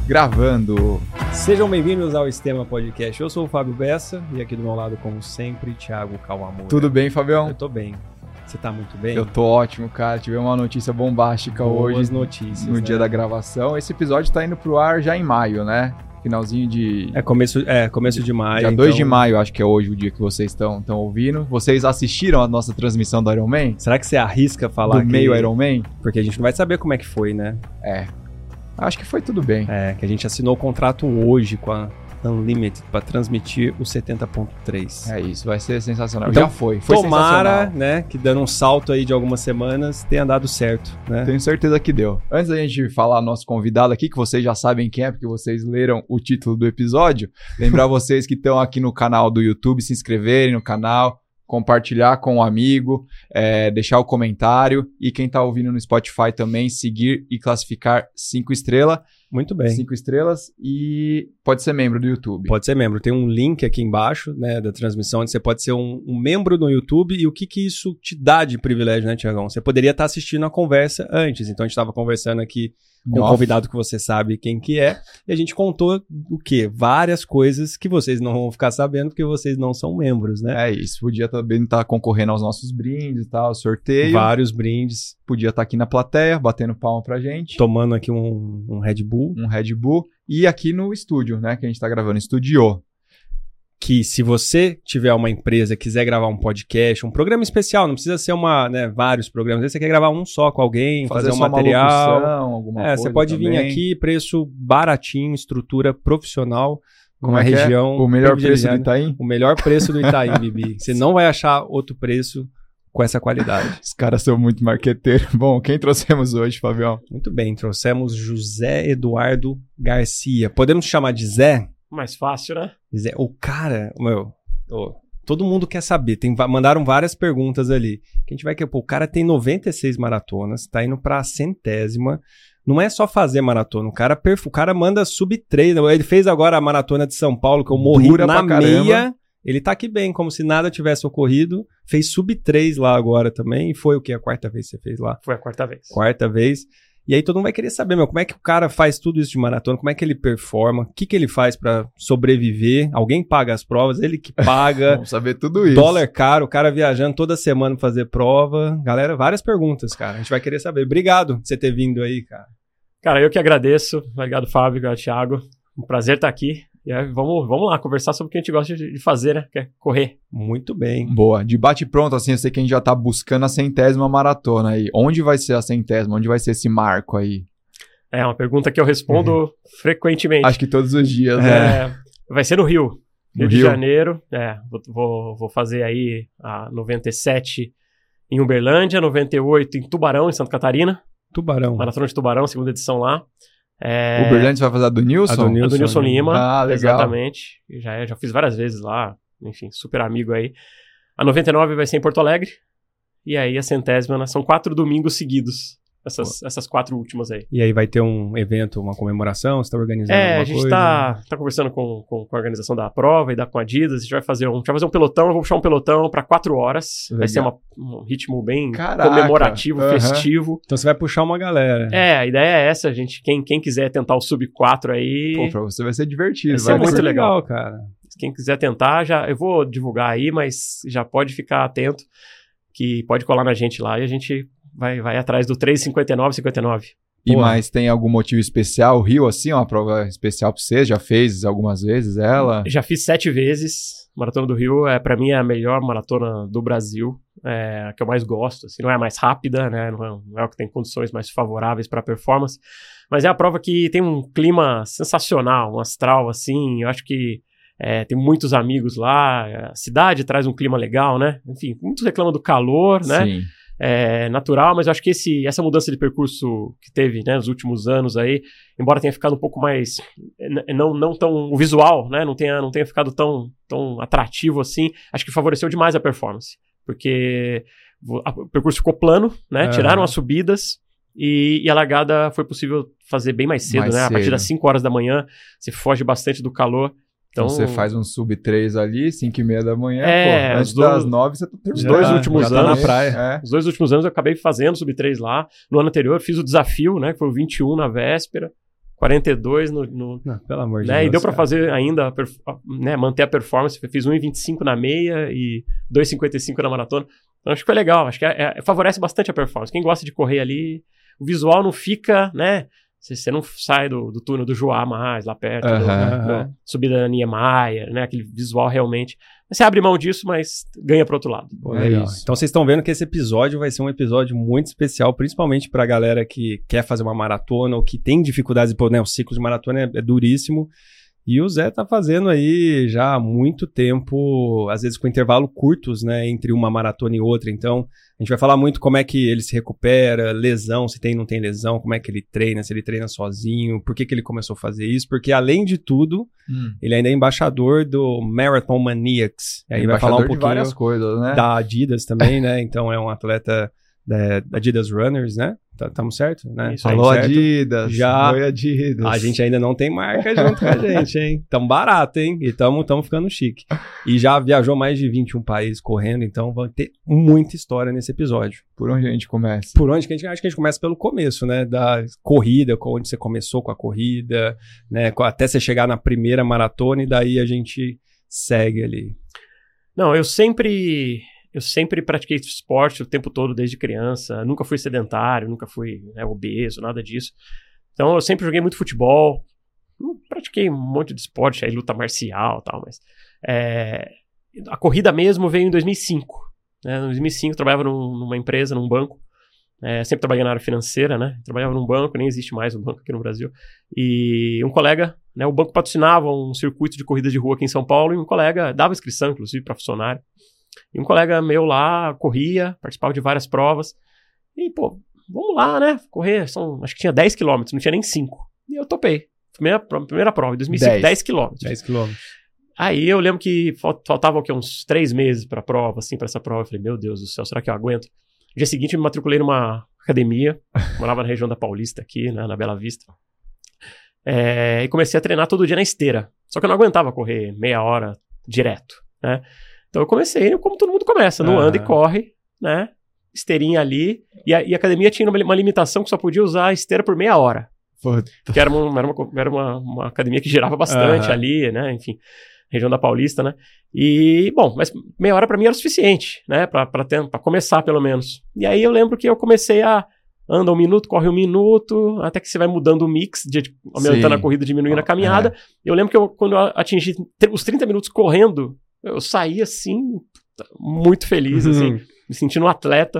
Gravando. Sejam bem-vindos ao Estema Podcast. Eu sou o Fábio Bessa e aqui do meu lado, como sempre, Thiago Kawamura. Tudo bem, Fabião? Eu tô bem. Você tá muito bem? Eu tô ótimo, cara. Tivemos uma notícia bombástica hoje. Boas notícias, no dia da gravação. Esse episódio tá indo pro ar já em maio, né? Finalzinho de... Começo de maio. Dia 2 de maio, acho que é hoje o dia que vocês estão ouvindo. Vocês assistiram a nossa transmissão do Iron Man? Será que você arrisca falar do meio Iron Man? Porque a gente não vai saber como é que foi, né? Acho que foi tudo bem. Que a gente assinou o contrato hoje com a Unlimited para transmitir o 70.3. É isso, vai ser sensacional. Então, já foi tomara, sensacional. né, que dando um salto aí de algumas semanas tenha dado certo, né? Tenho certeza que deu. Antes da gente falar nosso convidado aqui, que vocês já sabem quem é, porque vocês leram o título do episódio, lembrar vocês que estão aqui no canal do YouTube, se inscreverem no canal, compartilhar com um amigo, deixar o comentário e quem tá ouvindo no Spotify também, seguir e classificar 5 estrelas. Muito bem. 5 estrelas e pode ser membro do YouTube. Pode ser membro. Tem um link aqui embaixo, né, da transmissão, onde você pode ser um membro no YouTube. E o que isso te dá de privilégio, né, Thiagão? Você poderia estar assistindo a conversa antes. Então, a gente estava conversando aqui com um convidado que você sabe quem que é. E a gente contou o quê? Várias coisas que vocês não vão ficar sabendo porque vocês não são membros, né? É isso. Podia também estar concorrendo aos nossos brindes e tal, sorteio. Vários brindes. Podia estar aqui na plateia, batendo palma pra gente. Tomando aqui um Red Bull. Um Red Bull. E aqui no estúdio, né? Que a gente tá gravando. Estúdio. Que se você tiver uma empresa, quiser gravar um podcast, um programa especial, não precisa ser vários programas. Às vezes você quer gravar um só com alguém, fazer um material. Alguma coisa você pode também. Vir aqui, preço baratinho, estrutura profissional, como uma região... O melhor preço do Itaim? O melhor preço do Itaim, Bibi. Você não vai achar outro preço com essa qualidade. Os caras são muito marqueteiros. Bom, quem trouxemos hoje, Fabião? Muito bem, trouxemos José Eduardo Garcia. Podemos chamar de Zé? Mais fácil, né? Zé, o cara, todo mundo quer saber. Mandaram várias perguntas ali. Que a gente vai o cara tem 96 maratonas, tá indo pra 100ª. Não é só fazer maratona. O cara manda sub 3. Ele fez agora a maratona de São Paulo, que eu morri na meia. Ele tá aqui bem, como se nada tivesse ocorrido. Fez sub 3 lá agora também. E foi o quê? A quarta vez que você fez lá? Foi a quarta vez. Quarta vez. E aí todo mundo vai querer saber, como é que o cara faz tudo isso de maratona? Como é que ele performa? O que ele faz pra sobreviver? Alguém paga as provas? Ele que paga. Vamos saber tudo isso. Dólar caro, o cara viajando toda semana pra fazer prova. Galera, várias perguntas, cara. A gente vai querer saber. Obrigado por você ter vindo aí, cara. Cara, eu que agradeço. Obrigado, Fábio. Obrigado, Thiago. Um prazer estar aqui. E aí, vamos lá, conversar sobre o que a gente gosta de fazer, né? Que é correr. Muito bem. Boa. De bate pronto, assim, eu sei que a gente já tá buscando a 100ª maratona aí. Onde vai ser a 100ª? Onde vai ser esse marco aí? É uma pergunta que eu respondo frequentemente. Acho que todos os dias, né? Vai ser no Rio. No de Rio? Janeiro. Vou fazer aí a 97 em Uberlândia, 98 em Tubarão, em Santa Catarina. Tubarão. Maratona de Tubarão, segunda edição lá. Uberlândia você vai fazer a do Nilson? A do Nilson Lima. Ah, legal. Exatamente. Já fiz várias vezes lá. Enfim, super amigo aí. A 99 vai ser em Porto Alegre. E aí a 100ª, né? São 4 domingos seguidos. Essas 4 últimas aí. E aí vai ter um evento, uma comemoração? Você tá organizando alguma coisa? A gente tá conversando com a organização da prova e com a Adidas. A gente vai fazer um pelotão. Eu vou puxar um pelotão pra 4 horas. Legal. Vai ser um ritmo bem comemorativo, festivo. Então você vai puxar uma galera. A ideia é essa, gente. Quem quiser tentar o sub 4 aí... Pô, pra você vai ser divertido. Vai ser muito legal, cara. Quem quiser tentar, eu vou divulgar aí, mas já pode ficar atento que pode colar na gente lá e a gente vai atrás do 3:59:59. E mais, tem algum motivo especial? O Rio, assim, uma prova especial pra você? Já fez algumas vezes ela? Já fiz 7 vezes. Maratona do Rio, pra mim, é a melhor maratona do Brasil. É a que eu mais gosto. Assim, não é a mais rápida, né? Não é o que tem condições mais favoráveis para performance. Mas é a prova que tem um clima sensacional, um astral, assim. Eu acho que tem muitos amigos lá. A cidade traz um clima legal, né? Enfim, muitos reclamam do calor, né? Sim. Natural, mas eu acho que essa mudança de percurso que teve, né, nos últimos anos aí, embora tenha ficado um pouco mais, não tão o visual, né, não tenha ficado tão atrativo assim, acho que favoreceu demais a performance, porque o percurso ficou plano, né, tiraram as subidas e a largada foi possível fazer bem mais cedo, né, a partir das 5 horas da manhã, você foge bastante do calor. Então você faz um sub 3 ali, 5:30 da manhã, antes das 9 você tá terminando. Os dois últimos anos, na praia. Os 2 últimos anos eu acabei fazendo sub 3 lá. No ano anterior eu fiz o desafio, né, que foi o 21 na véspera. 42 Não, pelo amor de né? Deus. E deu pra cara. fazer ainda, né, manter a performance. Eu fiz 1,25 na meia e 2,55 na maratona. Então acho que foi legal. Acho que favorece bastante a performance. Quem gosta de correr ali, o visual não fica, né? Você não sai do túnel do Joá mais, lá perto, subida da Niemeyer, né? Aquele visual realmente. Você abre mão disso, mas ganha pro outro lado. Pô, legal. isso. Então vocês estão vendo que esse episódio vai ser um episódio muito especial, principalmente pra galera que quer fazer uma maratona ou que tem dificuldades, pô, né? O ciclo de maratona é duríssimo. E o Zé tá fazendo aí já há muito tempo, às vezes com intervalo curtos, né, entre uma maratona e outra. Então, a gente vai falar muito como é que ele se recupera, lesão, se tem, não tem lesão, como é que ele treina, se ele treina sozinho, por que ele começou a fazer isso. Porque, além de tudo, ele ainda é embaixador do Marathon Maniacs. E aí vai falar um pouquinho de várias coisas, né? da Adidas também, né? Então, é um atleta da Adidas Runners, né? Tamo certo, né? Isso aí, Falou certo? Adidas. Já. Foi Adidas. A gente ainda não tem marca junto com a gente, hein? Tamo barato, hein? E tamo ficando chique. E já viajou mais de 21 países correndo, então vai ter muita história nesse episódio. Por onde a gente começa? Por onde que a gente... Acho que a gente começa pelo começo, né? Da corrida, onde você começou com a corrida, né? Até você chegar na primeira maratona e daí a gente segue ali. Não, eu sempre pratiquei esporte o tempo todo, desde criança. Nunca fui sedentário, nunca fui, né, obeso, nada disso. Então, eu sempre joguei muito futebol. Pratiquei um monte de esporte, aí luta marcial e tal, mas... a corrida mesmo veio em 2005. Né? Em 2005, eu trabalhava numa empresa, num banco. Sempre trabalhei na área financeira, né? Trabalhava num banco, nem existe mais um banco aqui no Brasil. E um colega, né? O banco patrocinava um circuito de corridas de rua aqui em São Paulo, e um colega dava inscrição, inclusive, para funcionário. E um colega meu lá corria, participava de várias provas. E, pô, vamos lá, né? Correr, acho que tinha 10 quilômetros, não tinha nem 5. E eu topei. Primeira prova, em 2005, 10 quilômetros. 10 quilômetros. Aí eu lembro que faltava uns 3 meses pra prova, assim, pra essa prova. Eu falei, meu Deus do céu, será que eu aguento? No dia seguinte eu me matriculei numa academia, morava na região da Paulista aqui, né, na Bela Vista. E comecei a treinar todo dia na esteira. Só que eu não aguentava correr meia hora direto, né? Então eu comecei como todo mundo começa, no anda e corre, né? Esteirinha ali. E a academia tinha uma limitação que só podia usar a esteira por meia hora. Que era uma academia que girava bastante ali, né? Enfim, região da Paulista, né? E, bom, mas meia hora pra mim era o suficiente, né? Pra começar, pelo menos. E aí eu lembro que eu comecei a anda 1 minuto, corre 1 minuto, até que você vai mudando o mix, aumentando a corrida, diminuindo a caminhada. Eu lembro que quando eu atingi os 30 minutos correndo, eu saí, assim, muito feliz, assim, me sentindo um atleta.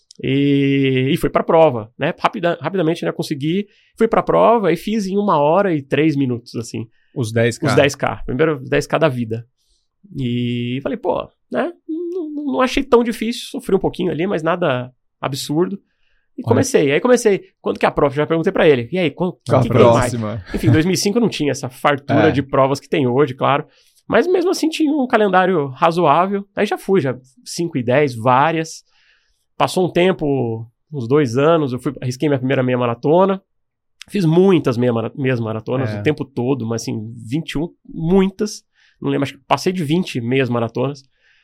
E fui pra prova, né? Rapidamente, né? Consegui. Fui pra prova e fiz em 1 hora e 3 minutos, assim. Os 10K. Os 10K. Primeiro 10K da vida. E falei, pô, né? Não achei tão difícil. Sofri um pouquinho ali, mas nada absurdo. E comecei. Aí comecei. Quando que é a prova? Já perguntei pra ele. E aí, que próxima? Mais? Enfim, em 2005 não tinha essa fartura de provas que tem hoje, claro. Mas mesmo assim tinha um calendário razoável. Aí já 5 e 10, várias. Passou um tempo, uns 2 anos, arrisquei minha primeira meia maratona. Fiz muitas meias maratonas o tempo todo, mas assim, 21, muitas. Não lembro, acho que passei de 20 meias maratonas.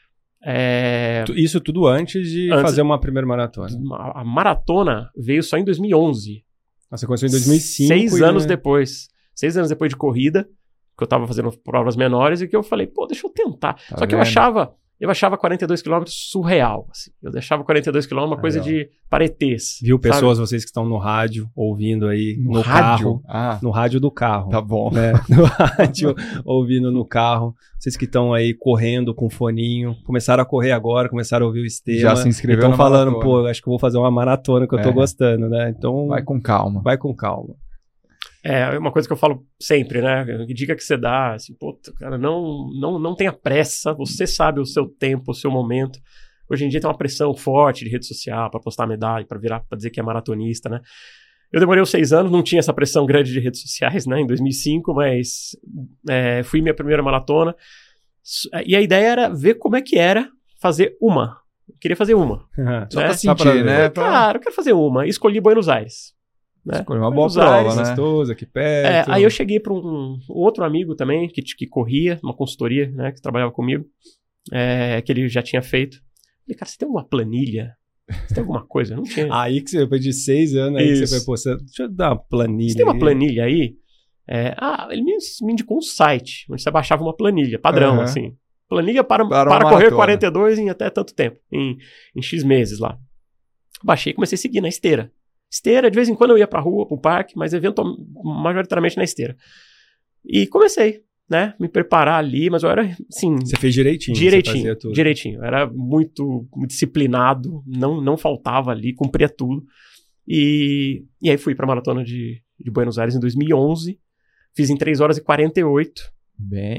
Isso tudo antes de fazer uma primeira maratona. A maratona veio só em 2011. Você começou em 2005. 6 anos depois. 6 anos depois de corrida, que eu tava fazendo provas menores, e que eu falei, pô, deixa eu tentar. Só que eu achava 42 km surreal. Assim. Eu deixava 42 km uma coisa de paretês. Viu, pessoas, vocês que estão no rádio, ouvindo aí no carro. No rádio do carro. Tá bom. Né? No rádio, ouvindo no carro. Vocês que estão aí correndo com foninho, começaram a correr agora, começaram a ouvir o Estema. Já se inscreveram na maratona. Estão falando, pô, acho que eu vou fazer uma maratona que eu tô gostando, né? Então, vai com calma. Vai com calma. É uma coisa que eu falo sempre, né? Dica que você dá, assim, pô, cara, não tenha pressa, você sabe o seu tempo, o seu momento. Hoje em dia tem uma pressão forte de rede social pra postar medalha, pra dizer que é maratonista, né? Eu demorei uns 6 anos, não tinha essa pressão grande de redes sociais, né? Em 2005, mas fui minha primeira maratona. E a ideia era ver como é que era fazer uma. Eu queria fazer uma. Só pra sentir, né? Claro, eu quero fazer uma. E escolhi Buenos Aires. Né? Escolhi uma boa prova, né? Gostoso, aqui perto. Aí eu cheguei para um outro amigo também, que corria, uma consultoria, né? Que trabalhava comigo, que ele já tinha feito. Falei, cara, você tem uma planilha Você tem alguma coisa? Não tinha. Aí que você, depois de 6 anos, aí que você foi, pô, deixa eu dar uma planilha. Você tem uma planilha aí? Ele me indicou um site, onde você baixava uma planilha, padrão, assim. Planilha para correr 42 em até tanto tempo, em X meses lá. Baixei e comecei a seguir na esteira. Esteira, de vez em quando eu ia pra rua, pro parque, mas majoritariamente na esteira. E comecei, né, me preparar ali, mas eu era, assim... Você fez direitinho. Direitinho. Eu era muito disciplinado, não faltava ali, cumpria tudo. E aí fui pra Maratona de Buenos Aires em 2011, fiz em 3 horas e 48. Bem.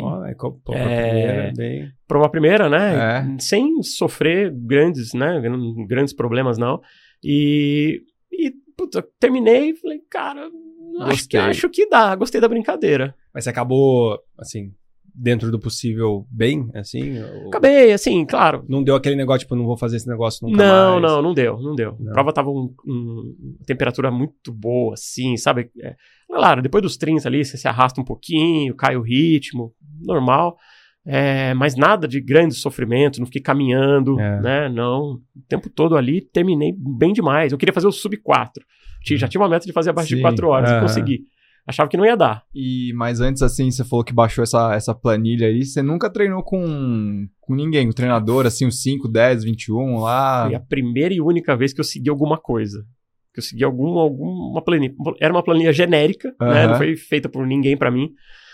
Para uma primeira, né? Sem sofrer grandes problemas, não. E puta, terminei e falei, cara, acho que dá. Gostei da brincadeira. Mas você acabou, assim, dentro do possível bem, assim? Acabei, assim, claro. Não deu aquele negócio, tipo, não vou fazer esse negócio nunca mais? Não deu. A prova tava temperatura muito boa, assim, sabe? Claro, depois dos 30 ali, você se arrasta um pouquinho, cai o ritmo, normal. Mas nada de grande sofrimento, não fiquei caminhando, né? Não. O tempo todo ali, terminei bem demais. Eu queria fazer o sub 4. Já tinha uma meta de fazer abaixo de 4 horas, eu consegui. Achava que não ia dar. Mas antes, assim, você falou que baixou essa planilha aí, você nunca treinou com ninguém, um treinador, assim, uns 5, 10, 21 lá? Foi a primeira e única vez que eu segui alguma coisa. Que eu segui alguma planilha. Era uma planilha genérica, né? Não foi feita por ninguém pra mim.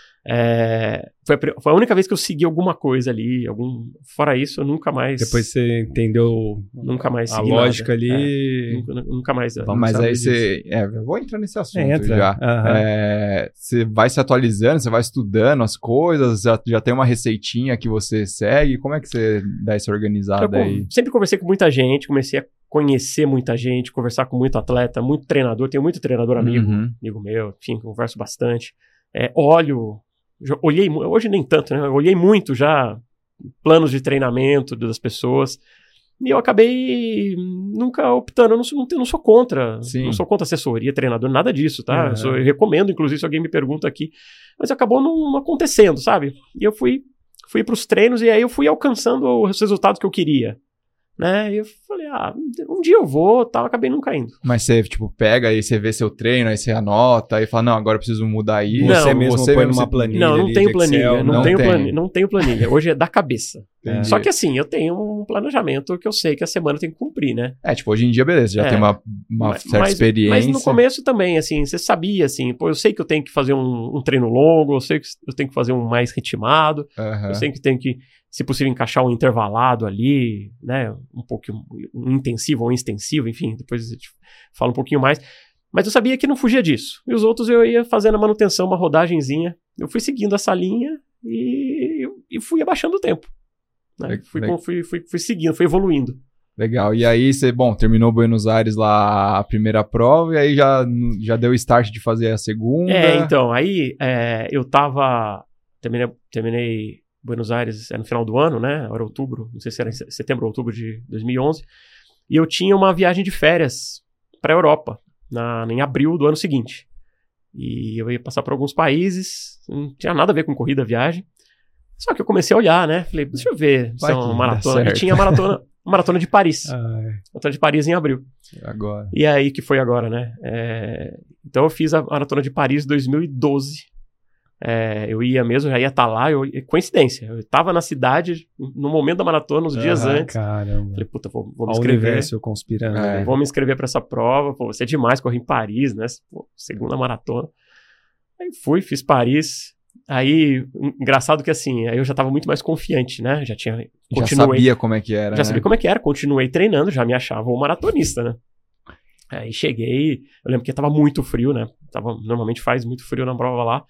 Foi a única vez que eu segui alguma coisa ali. Fora isso, eu nunca mais... Depois você entendeu nunca mais a lógica nada. ali. Nunca mais. Mas aí você... eu vou entrar nesse assunto já. Uhum. Você vai se atualizando, você vai estudando as coisas, já tem uma receitinha que você segue. Como é que você dá essa organizada aí? Sempre conversei com muita gente, comecei a conhecer muita gente, conversar com muito atleta, muito treinador. Tenho muito treinador amigo meu, enfim, converso bastante. Olhei, hoje nem tanto, né? Eu olhei muito já planos de treinamento das pessoas e eu acabei nunca optando. Eu não sou contra. Não sou contra assessoria, treinador, nada disso, tá? Eu recomendo, inclusive, se alguém me pergunta aqui, mas acabou não acontecendo, sabe? E eu fui pros treinos e aí eu fui alcançando os resultados que eu queria, né? E eu falei, um dia eu vou, tal, acabei não caindo. Mas você, tipo, pega aí, você vê seu treino, aí você anota, aí fala, não, agora eu preciso mudar isso. Você mesmo põe numa planilha. Não tenho planilha. Excel, não tenho planilha. Hoje é da cabeça. Só que assim, eu tenho um planejamento que eu sei que a semana tem que cumprir, né? Tipo, hoje em dia, beleza, já tem uma certa experiência. Mas no começo também, assim, você sabia, assim, pô, eu sei que eu tenho que fazer um treino longo, eu sei que eu tenho que fazer um mais ritmado, eu sei que tenho que, se possível, encaixar um intervalado ali, né, um intensivo ou um extensivo, enfim, depois a gente fala um pouquinho mais. Mas eu sabia que não fugia disso. E os outros eu ia fazendo a manutenção, uma rodagenzinha. Eu fui seguindo essa linha e fui abaixando o tempo. Né? Fui seguindo, fui evoluindo. Legal. E aí você, terminou Buenos Aires lá a primeira prova e aí já deu start de fazer a segunda? Então, aí eu terminei Buenos Aires no final do ano, né? Era outubro, não sei se era em setembro ou outubro de 2011. E eu tinha uma viagem de férias para a Europa, em abril do ano seguinte. E eu ia passar por alguns países, não tinha nada a ver com corrida, a viagem. Só que eu comecei a olhar, né? Falei, deixa eu ver se é uma maratona. E tinha a maratona de Paris. Maratona de Paris em abril. Agora. E aí, que foi agora, né? Então eu fiz a maratona de Paris em 2012. Eu ia mesmo, já ia estar lá, coincidência, eu estava na cidade no momento da maratona, uns dias antes. Caramba. Falei, puta, vou me inscrever. O universo conspirando. Vou me inscrever para essa prova, pô, vai ser demais correr em Paris, né? Pô, segunda maratona. Aí fiz Paris. Aí, engraçado que assim, aí eu já estava muito mais confiante, né? Já sabia como é que era. Já sabia como é que era, continuei treinando, já me achava um maratonista, né? Aí cheguei, eu lembro que estava muito frio, né? Normalmente faz muito frio na prova lá.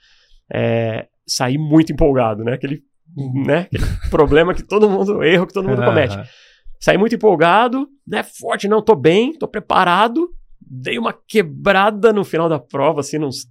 Saí muito empolgado, né? Aquele problema erro que todo mundo comete. Saí muito empolgado, né? Forte, não, tô bem, tô preparado. Dei uma quebrada no final da prova, assim, uns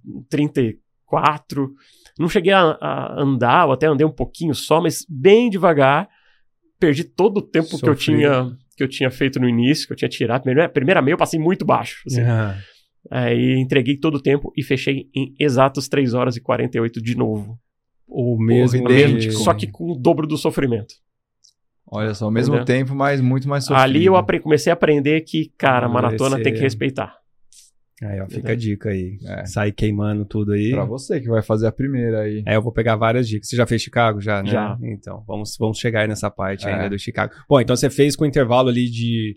34. Não cheguei a andar, ou até andei um pouquinho só, mas bem devagar. Perdi todo o tempo que eu tinha feito no início, que eu tinha tirado. Primeira meia eu passei muito baixo, assim. Aí entreguei todo o tempo e fechei em exatos 3 horas e 48 de novo. O mesmo idêntico. Só que com o dobro do sofrimento. Olha só, ao mesmo Entendeu? tempo, mas muito mais sofrido. Ali eu comecei a aprender que, cara, maratona tem que Amadurecer. respeitar. Aí, ó, fica a dica aí. É. Sair queimando tudo aí. Pra você que vai fazer a primeira aí. Eu vou pegar várias dicas. Você já fez Chicago? Já, né? Já. Então, vamos chegar aí nessa parte É. ainda do Chicago. Bom, então você fez com intervalo ali de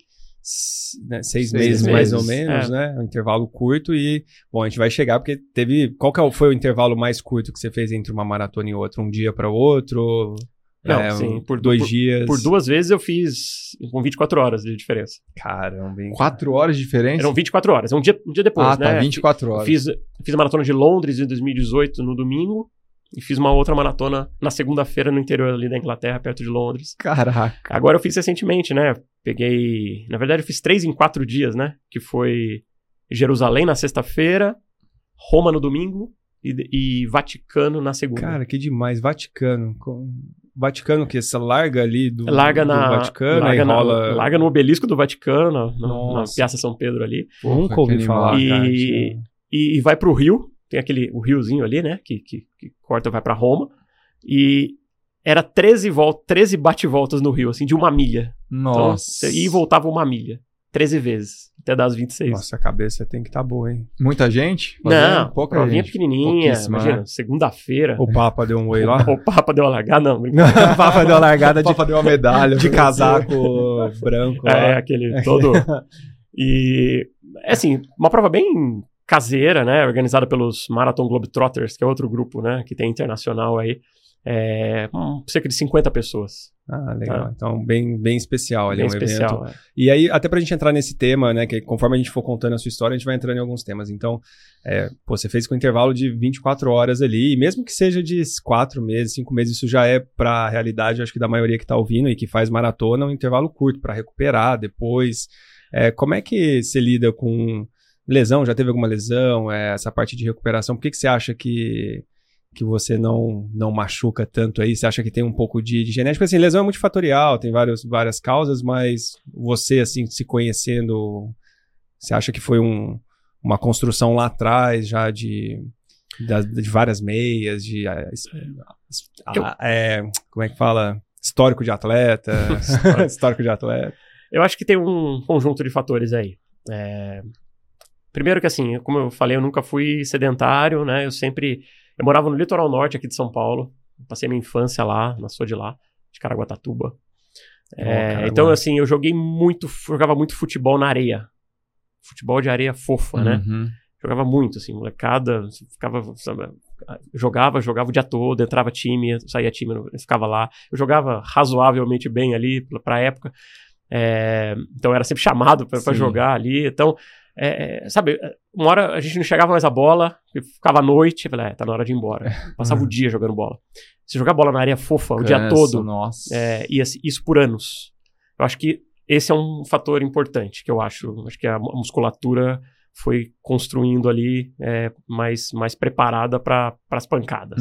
6 meses, meses, mais ou menos, é. né? Um intervalo curto e, bom, a gente vai chegar porque teve... Qual que foi o intervalo mais curto que você fez entre uma maratona e outra? Um dia para o outro? Não, sim, por 2 dias? Por 2 vezes eu fiz com 24 horas de diferença. Caramba, hein? 4 horas de diferença? Eram 24 horas, um dia depois, né? Tá, 24 Eu horas. fiz a maratona de Londres em 2018 no domingo e fiz uma outra maratona na segunda-feira no interior ali da Inglaterra, perto de Londres. Caraca. Agora eu fiz recentemente, né? Na verdade eu fiz 3 em 4 dias, né? Que foi Jerusalém na sexta-feira, Roma no domingo e Vaticano na segunda. Cara, que demais. Vaticano. Vaticano que você larga ali do Vaticano larga, e rola... larga no obelisco do Vaticano, na Nossa. Piazza São Pedro ali. Nunca que ouvi animal. falar, cara. E vai pro Rio, tem o riozinho ali, né, que corta e vai pra Roma, e era 13 bate-voltas no Rio, assim, de 1 milha. Nossa. Então, e voltava 1 milha, 13 vezes, até dar as 26. Nossa, a cabeça tem que estar boa, hein? Muita gente? Não, pouca provinha gente. pequenininha, Pouquíssima, imagina, né? segunda-feira, O Papa deu um whey lá? o Papa deu a largada, não, brincadeira. O Papa deu a largada O Papa deu uma medalha. de casaco branco lá. Aquele todo... E, assim, uma prova bem caseira, né, organizada pelos Marathon Globetrotters, que é outro grupo, né, que tem internacional aí, cerca de 50 pessoas. Ah, legal. Então, bem especial ali, Bem um especial, evento. E aí, até pra gente entrar nesse tema, né, que conforme a gente for contando a sua história, a gente vai entrando em alguns temas. Então, você fez com um intervalo de 24 horas ali, e mesmo que seja de 4 meses, 5 meses, isso já é pra realidade, acho que da maioria que tá ouvindo e que faz maratona, um intervalo curto pra recuperar depois. Como é que você lida com lesão? Já teve alguma lesão? Essa parte de recuperação, por que você acha que você não machuca tanto aí? Você acha que tem um pouco de genética? Assim, lesão é multifatorial, tem várias causas, mas você, assim, se conhecendo, você acha que foi uma construção lá atrás já de várias meias, como é que fala? Histórico de atleta. Histórico de atleta. Eu acho que tem um conjunto de fatores aí. Primeiro que, assim, como eu falei, eu nunca fui sedentário, né? Eu morava no litoral norte aqui de São Paulo. Passei minha infância lá, nasci de lá, de Caraguatatuba. Então, assim, eu jogava muito futebol na areia. Futebol de areia fofa, né? Jogava muito, assim, molecada, jogava o dia todo, entrava time, saía time, eu ficava lá. Eu jogava razoavelmente bem ali, pra época. Então, eu era sempre chamado pra jogar ali. Então, sabe, uma hora a gente não chegava mais a bola, ficava à noite, eu falei, tá na hora de ir embora. Passava o dia jogando bola. Se jogar bola na areia fofa o dia todo, nossa. e assim, isso por anos. Eu acho que esse é um fator importante, que eu acho que a musculatura foi construindo ali mais preparada para as pancadas.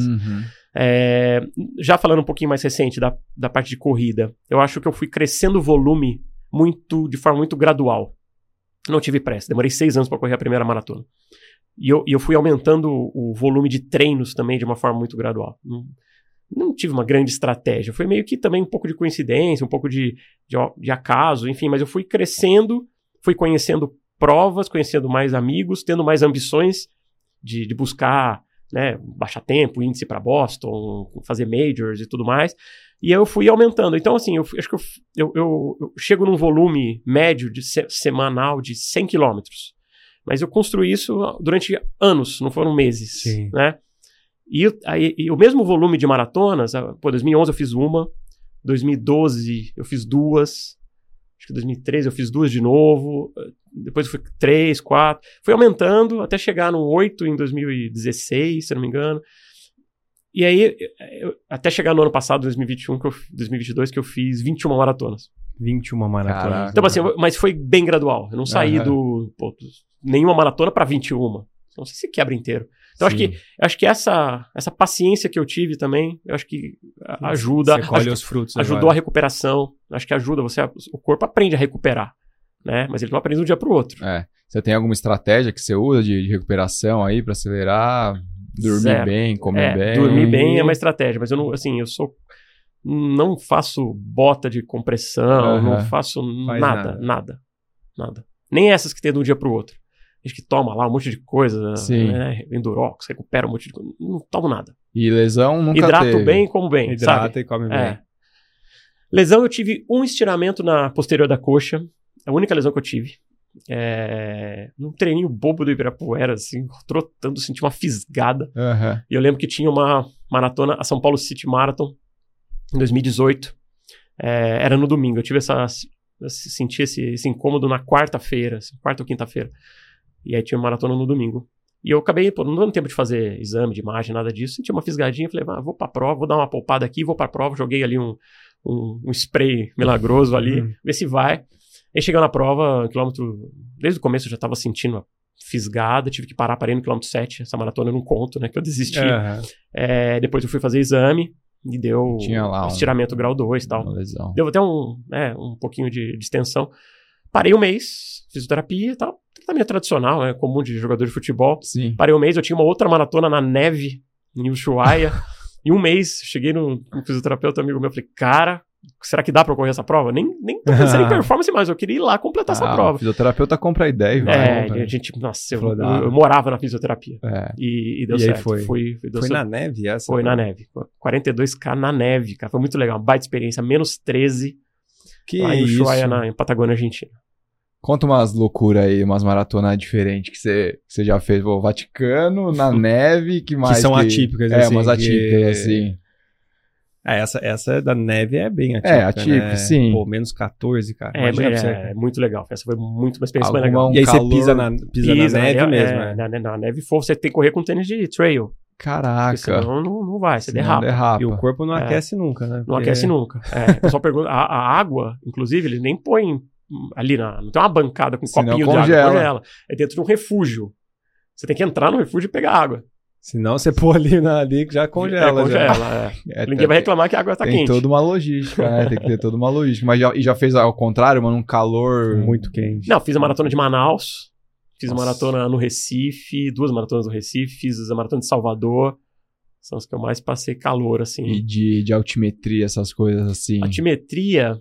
Já falando um pouquinho mais recente da parte de corrida, eu acho que eu fui crescendo o volume de forma muito gradual. Não tive pressa, demorei 6 anos para correr a primeira maratona. E eu fui aumentando o volume de treinos também de uma forma muito gradual. Não tive uma grande estratégia, foi meio que também um pouco de coincidência, um pouco de acaso, enfim, mas eu fui crescendo, fui conhecendo provas, conhecendo mais amigos, tendo mais ambições de buscar, né, baixar tempo, índice para Boston, fazer majors e tudo mais. E eu fui aumentando. Então, assim, eu acho que eu chego num volume médio semanal de 100 quilômetros. Mas eu construí isso durante anos, não foram meses. Sim. Né? E o mesmo volume de maratonas, 2011 eu fiz uma, 2012 eu fiz 2, acho que 2013 eu fiz 2 de novo, depois eu fui 3, 4, fui aumentando até chegar no 8 em 2016, se eu não me engano. E aí, até chegar no ano passado, 2022, que eu fiz 21 maratonas. 21 maratonas. Caraca. Então, assim, mas foi bem gradual. Eu não saí nenhuma maratona para 21. Então, você se quebra inteiro. Então, acho que essa paciência que eu tive também, eu acho que ajuda. Você colhe os frutos. Ajudou a recuperação. Acho que ajuda o corpo aprende a recuperar, né? Mas ele não aprende de um dia para o outro. Você tem alguma estratégia que você usa de recuperação aí para acelerar? Dormir bem, comer bem? Dormir bem é uma estratégia, mas eu não, assim, eu sou não faço bota de compressão, não faço Faz nada. Nem essas que tem de um dia pro outro. A gente que toma lá um monte de coisa, né? Endurox, recupera um monte de coisa. Não tomo nada. E lesão nunca Hidrato teve. bem, como bem, Hidrata sabe? e come bem. Lesão, eu tive um estiramento na posterior da coxa. A única lesão que eu tive. Num treininho bobo do Ibirapuera, assim, trotando, senti uma fisgada. E eu lembro que tinha uma maratona, a São Paulo City Marathon, em 2018. Era no domingo. Eu tive senti esse incômodo na quarta-feira, assim, quarta ou quinta-feira. E aí tinha uma maratona no domingo. E eu acabei, não dando tempo de fazer exame de imagem, nada disso. Senti uma fisgadinha, falei, vou pra prova, vou dar uma poupada aqui, vou pra prova. Joguei ali um spray milagroso ali, ver se vai. Aí chegando na prova, desde o começo eu já tava sentindo a fisgada, tive que parei no quilômetro 7. Essa maratona eu não conto, né, que eu desisti. Depois eu fui fazer exame e deu estiramento grau 2 e tal. Deu até um pouquinho de extensão. Parei um mês, fisioterapia e tal. Tratamento tradicional, comum de jogador de futebol. Sim. Parei um mês, eu tinha uma outra maratona na neve, em Ushuaia. Em um mês, cheguei no fisioterapeuta amigo meu, falei, cara, será que dá pra eu correr essa prova? Nem tô pensando em performance mais, eu queria ir lá completar essa prova. O fisioterapeuta compra a ideia e vai. A gente, nossa, eu morava na fisioterapia. E deu certo. Foi na neve essa? Foi na neve. 42K na neve, cara. Foi muito legal. Baita experiência. Menos 13. Que lá em Ushuaia, em Patagônia, Argentina. Conta umas loucuras aí, umas maratonas diferentes que você já fez. O Vaticano, na neve, que mais? Que são atípicas, assim. Umas atípicas, assim. Essa da neve é bem atípica, atípica, né? sim. Pô, menos 14, cara. É muito legal. Essa foi uma experiência bem legal. E aí você pisa na neve mesmo, Na neve, você tem que correr com tênis de trail. Caraca. Senão não vai, você derrapa. E o corpo não aquece nunca, né? Não aquece nunca. O pessoal pergunta, a água, inclusive, ele nem põe ali não tem uma bancada com um copinho de água, congela. É dentro de um refúgio. Você tem que entrar no refúgio e pegar água. Senão você pôr ali já congela. Ninguém vai reclamar que a água tá quente. Tem toda uma logística, né? Tem que ter toda uma logística. Mas já fez ao contrário, mano, um calor muito quente. Não, fiz a maratona de Manaus, fiz a maratona no Recife, 2 maratonas no Recife, fiz a maratona de Salvador. São as que eu mais passei calor, assim. E de altimetria, essas coisas assim. Altimetria...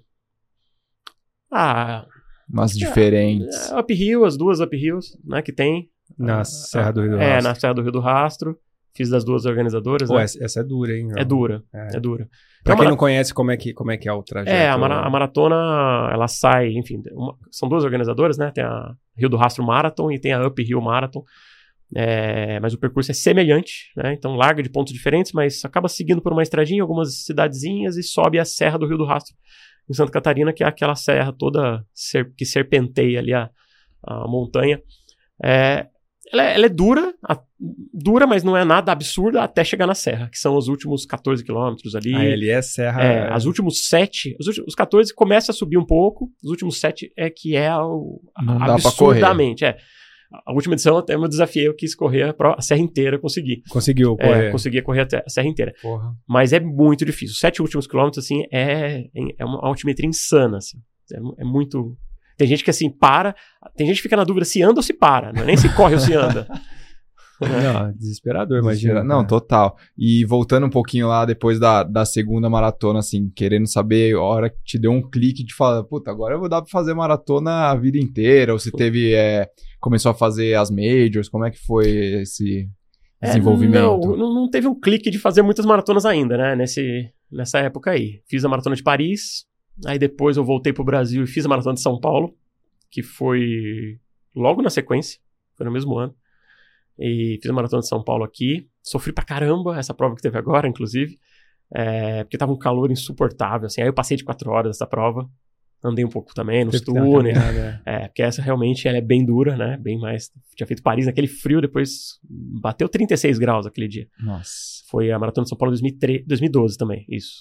umas diferentes. As 2 up hills, né, que tem. Na Serra do Rio do Rastro. Na Serra do Rio do Rastro. Fiz das 2 organizadoras. Pô, essa é dura, hein? É dura. Pra quem não conhece, como é que é o trajeto? A maratona, ela sai, enfim, são 2 organizadoras, né? Tem a Rio do Rastro Marathon e tem a Up Hill Marathon. Mas o percurso é semelhante, né? Então larga de pontos diferentes, mas acaba seguindo por uma estradinha, algumas cidadezinhas e sobe a Serra do Rio do Rastro em Santa Catarina, que é aquela serra toda que serpenteia ali a montanha. Ela é dura, mas não é nada absurda até chegar na serra, que são os últimos 14 quilômetros ali. Ali é serra. Os últimos 7, os 14 começa a subir um pouco, os últimos 7 não dá absurdamente. A última edição até eu desafiei, eu quis correr a serra inteira, consegui. Conseguiu correr? Consegui correr a serra inteira. Porra. Mas é muito difícil. Os 7 últimos quilômetros, assim, é uma altimetria insana, assim. É muito... Tem gente que, assim, tem gente que fica na dúvida se anda ou se para, não é nem se corre ou se anda. Não, desesperador, imagina. Não, total. E voltando um pouquinho lá, depois da segunda maratona, assim, querendo saber a hora que te deu um clique de falar, puta, agora eu vou dar pra fazer maratona a vida inteira, ou se teve, começou a fazer as majors, como é que foi esse desenvolvimento? Não teve um clique de fazer muitas maratonas ainda, né, nessa época aí. Fiz a maratona de Paris, aí depois eu voltei pro Brasil e fiz a maratona de São Paulo, que foi logo na sequência, foi no mesmo ano. E fiz a maratona de São Paulo aqui. Sofri pra caramba essa prova que teve agora, inclusive. Porque tava um calor insuportável, assim. Aí eu passei de 4 horas essa prova. Andei um pouco também nos túneis. Porque essa realmente ela é bem dura, né? Bem mais... Tinha feito Paris naquele frio, depois bateu 36 graus aquele dia. Nossa. Foi a maratona de São Paulo 2012 também, isso.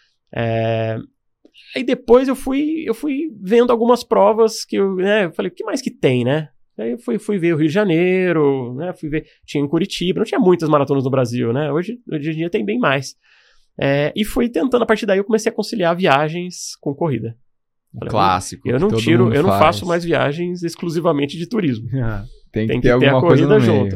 Aí depois eu fui vendo algumas provas que eu falei, o que mais que tem, né? Aí eu fui ver o Rio de Janeiro, né? Fui ver, tinha em Curitiba, não tinha muitas maratonas no Brasil, né? Hoje em dia tem bem mais. E fui tentando, a partir daí eu comecei a conciliar viagens com corrida. Falei, clássico. Eu não faço mais viagens exclusivamente de turismo. Tem que ter alguma coisa no junto.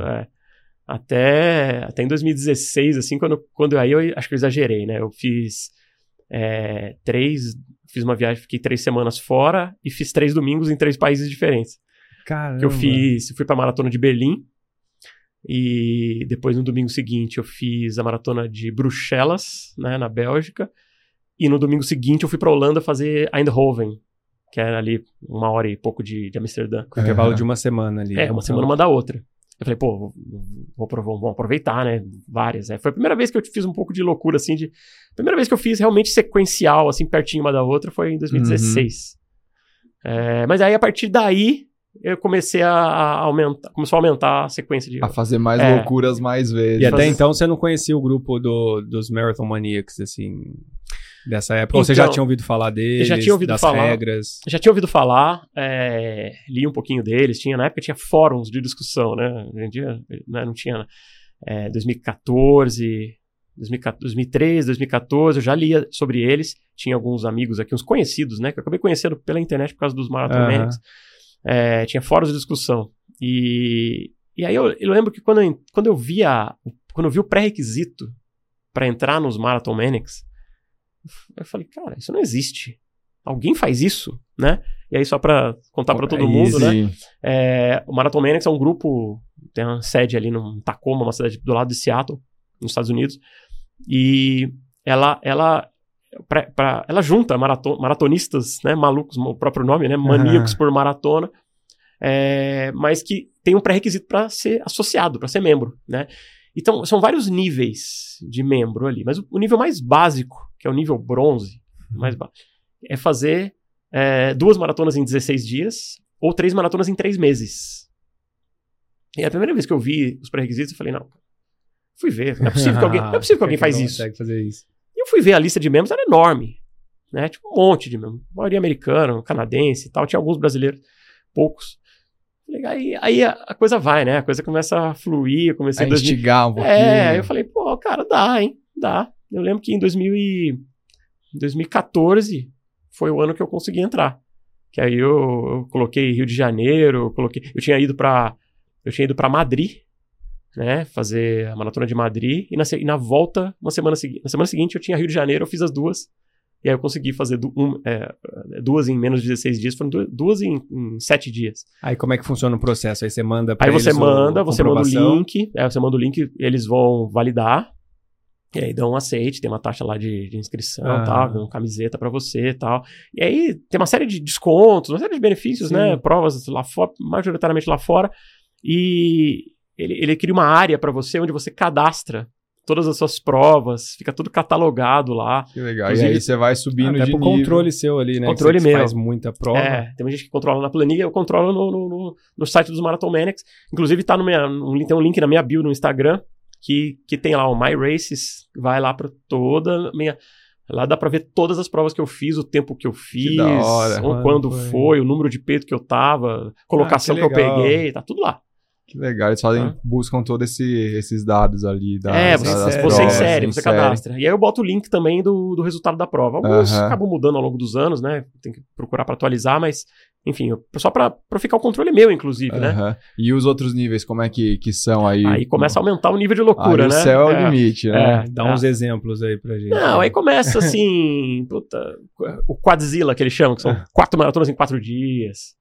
Até em 2016, assim, quando aí eu acho que eu exagerei, né? Eu fiz Fiz uma viagem, fiquei 3 semanas fora e fiz 3 domingos em 3 países diferentes. Caramba. Que eu fui pra maratona de Berlim e depois no domingo seguinte eu fiz a maratona de Bruxelas, né, na Bélgica, e no domingo seguinte eu fui pra Holanda fazer Eindhoven, que era ali 1 hora e pouco de Amsterdã. Com intervalo de uma semana ali. Uma semana uma da outra. Eu falei, pô, vamos aproveitar, né? Várias. Foi a primeira vez que eu fiz um pouco de loucura, assim, a primeira vez que eu fiz realmente sequencial, assim, pertinho uma da outra, foi em 2016. Mas aí, a partir daí, eu comecei começou a aumentar a sequência de... A fazer mais loucuras mais vezes. E até então você não conhecia o grupo dos Marathon Maniacs, assim, dessa época? Ou você já tinha ouvido falar deles, já tinha ouvido das falar, regras? Já tinha ouvido falar, li um pouquinho deles, na época tinha fóruns de discussão, né? Hoje em dia, né, não tinha... 2014, 2013, 2014, eu já lia sobre eles, tinha alguns amigos aqui, uns conhecidos, né? Que eu acabei conhecendo pela internet por causa dos Marathon Maniacs. Tinha fóruns de discussão. E aí eu lembro que quando eu vi o pré-requisito para entrar nos Marathon Maniacs, eu falei, cara, isso não existe. Alguém faz isso, né? E aí, só para contar para todo mundo, né? O Marathon Maniacs é um grupo, tem uma sede ali no Tacoma, uma cidade do lado de Seattle, nos Estados Unidos. E ela junta maratonistas, né, malucos, o próprio nome, né, maníacos por maratona, mas que tem um pré-requisito para ser associado, para ser membro, né? Então, são vários níveis de membro ali, mas o nível mais básico, que é o nível bronze, é fazer 2 maratonas em 16 dias ou 3 maratonas em 3 meses. E a primeira vez que eu vi os pré-requisitos, eu falei, não, fui ver, não é possível que alguém faz isso. Fazer isso. E eu fui ver a lista de membros, era enorme, né? Tipo, um monte de membros, maioria americana, canadense e tal, tinha alguns brasileiros, poucos. Aí a coisa vai, né? A coisa começa a fluir, eu comecei a instigar um pouquinho. Aí eu falei, pô, cara, dá, hein? Dá. Eu lembro que em 2014 foi o ano que eu consegui entrar. Que aí eu coloquei Rio de Janeiro, eu tinha ido pra Madrid, né? Fazer a maratona de Madrid, e na volta, na semana seguinte eu tinha Rio de Janeiro, eu fiz as 2. E aí eu consegui fazer 2 em menos de 16 dias, foram 2 em 7 dias. Aí como é que funciona o processo? Aí você manda pra eles você manda o link, você manda o link, eles vão validar, e aí dão um aceite, tem uma taxa lá de inscrição, tal, uma camiseta pra você e tal. E aí tem uma série de descontos, uma série de benefícios, né? Provas lá fora, majoritariamente lá fora. E ele cria uma área pra você onde você cadastra todas as suas provas, fica tudo catalogado lá. Que legal. Inclusive, e aí você vai subindo de nível. Controle seu ali, né? Controle meu. Faz muita prova. Tem uma gente que controla na planilha, eu controlo no site dos Marathon Maniacs. Inclusive tem um link na minha bio no Instagram, que tem lá o My Races, vai lá pra toda minha... Lá dá pra ver todas as provas que eu fiz, o tempo que eu fiz, que da hora, quando foi, o número de peito que eu tava, colocação que eu peguei, tá tudo lá. Que legal, eles buscam todos esses dados ali. Você insere, você cadastra. E aí eu boto o link também do resultado da prova. Alguns acabam mudando ao longo dos anos, né? Tem que procurar pra atualizar, mas, enfim, só pra ficar o controle meu, inclusive, né? E os outros níveis, como é que são aí? Aí começa a aumentar o nível de loucura, aí né? O céu é o limite, né? Dá uns exemplos aí pra gente. Não, aí começa assim, o Quadzilla, que eles chamam, que são 4 maratonas em 4 dias.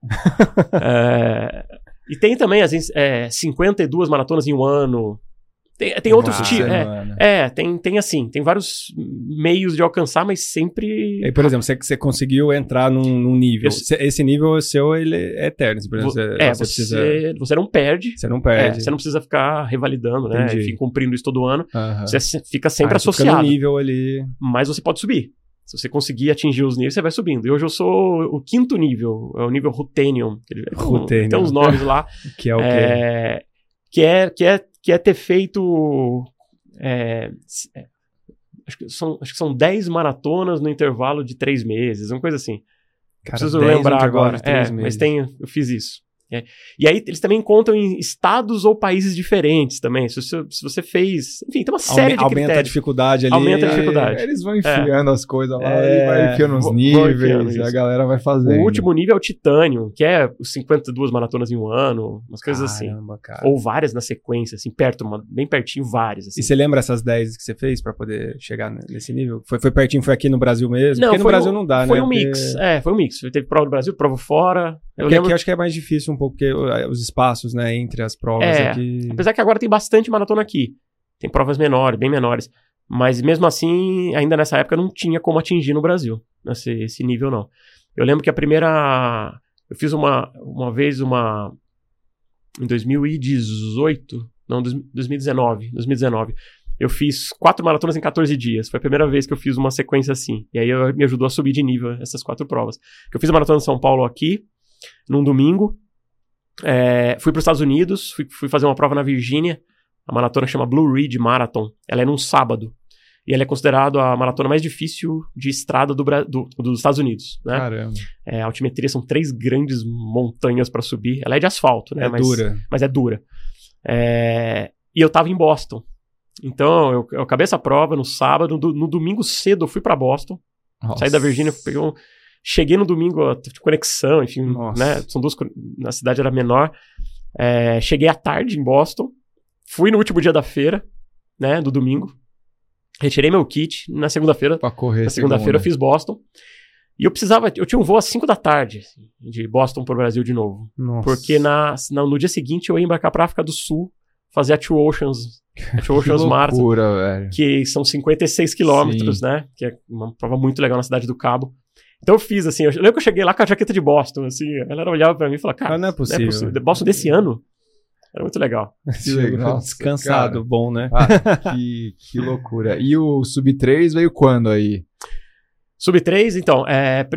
E tem também, às vezes, 52 maratonas em um ano. Tem outros tipos. Tem vários meios de alcançar, mas sempre... E, por exemplo, você conseguiu entrar num nível. Esse nível seu, ele é eterno. Por exemplo, você não perde. Você não perde. Você não precisa ficar revalidando, né? Enfim, cumprindo isso todo ano. Você fica sempre você associado. Fica no nível ali. Mas você pode subir. Se você conseguir atingir os níveis, você vai subindo. E hoje eu sou o 5º nível, é o nível Ruthenium. Tem uns nomes lá. Que é o quê? Que é ter feito... acho que são 10 maratonas no intervalo de 3 meses, uma coisa assim. Cara, preciso lembrar agora. Mas eu fiz isso. E aí eles também contam em estados ou países diferentes também. Se você fez... Enfim, tem uma série de critérios. Aumenta a dificuldade ali. Aumenta a dificuldade. Eles vão enfiando as coisas lá, e vai enfiando os níveis, e a galera vai fazendo. O último nível é o Titânio, que é os 52 maratonas em um ano, umas coisas assim. Cara. Ou várias na sequência, assim, bem pertinho, várias. Assim. E você lembra essas 10 que você fez pra poder chegar nesse nível? Foi pertinho, foi aqui no Brasil mesmo? Não, porque no Brasil não dá, foi né? Um mix. Foi um mix. Teve prova no Brasil, prova fora. Eu lembro... aqui eu acho que é mais difícil um pouco, porque os espaços, né, entre as provas aqui... Apesar que agora tem bastante maratona aqui. Tem provas menores, bem menores. Mas mesmo assim, ainda nessa época não tinha como atingir no Brasil. Esse nível, não. Eu lembro que a primeira... Eu fiz uma vez em 2018... Não, 2019. Eu fiz 4 maratonas em 14 dias. Foi a primeira vez que eu fiz uma sequência assim. E aí me ajudou a subir de nível essas 4 provas. Eu fiz a maratona de São Paulo aqui, num domingo. Fui para os Estados Unidos, fui fazer uma prova na Virgínia. A maratona chama Blue Ridge Marathon. Ela é num sábado. E ela é considerada a maratona mais difícil de estrada dos Estados Unidos. Né? Caramba. A altimetria são 3 grandes montanhas para subir. Ela é de asfalto, né? Dura. Mas é dura. E eu tava em Boston. Então, eu acabei essa prova no sábado. No domingo cedo eu fui pra Boston. Nossa. Saí da Virgínia, cheguei no domingo, tive conexão, enfim, né? A cidade era menor. Cheguei à tarde em Boston. Fui no último dia da feira, né? Do domingo. Retirei meu kit. Na segunda-feira. Pra correr. Na segunda-feira eu fiz Boston. E eu tinha um voo às 5 da tarde, assim, de Boston pro Brasil de novo. Nossa. Porque no dia seguinte eu ia embarcar pra África do Sul, fazer a Two Oceans Marathon, velho. que são 56 quilômetros, né? Que é uma prova muito legal na Cidade do Cabo. Então eu fiz, assim, eu lembro que eu cheguei lá com a jaqueta de Boston, assim, a galera olhava pra mim e falava, cara, não é possível. Boston desse ano era muito legal. Que legal. Descansado, cara. Bom, né? Que loucura. E o Sub 3 veio quando aí? Sub 3, então,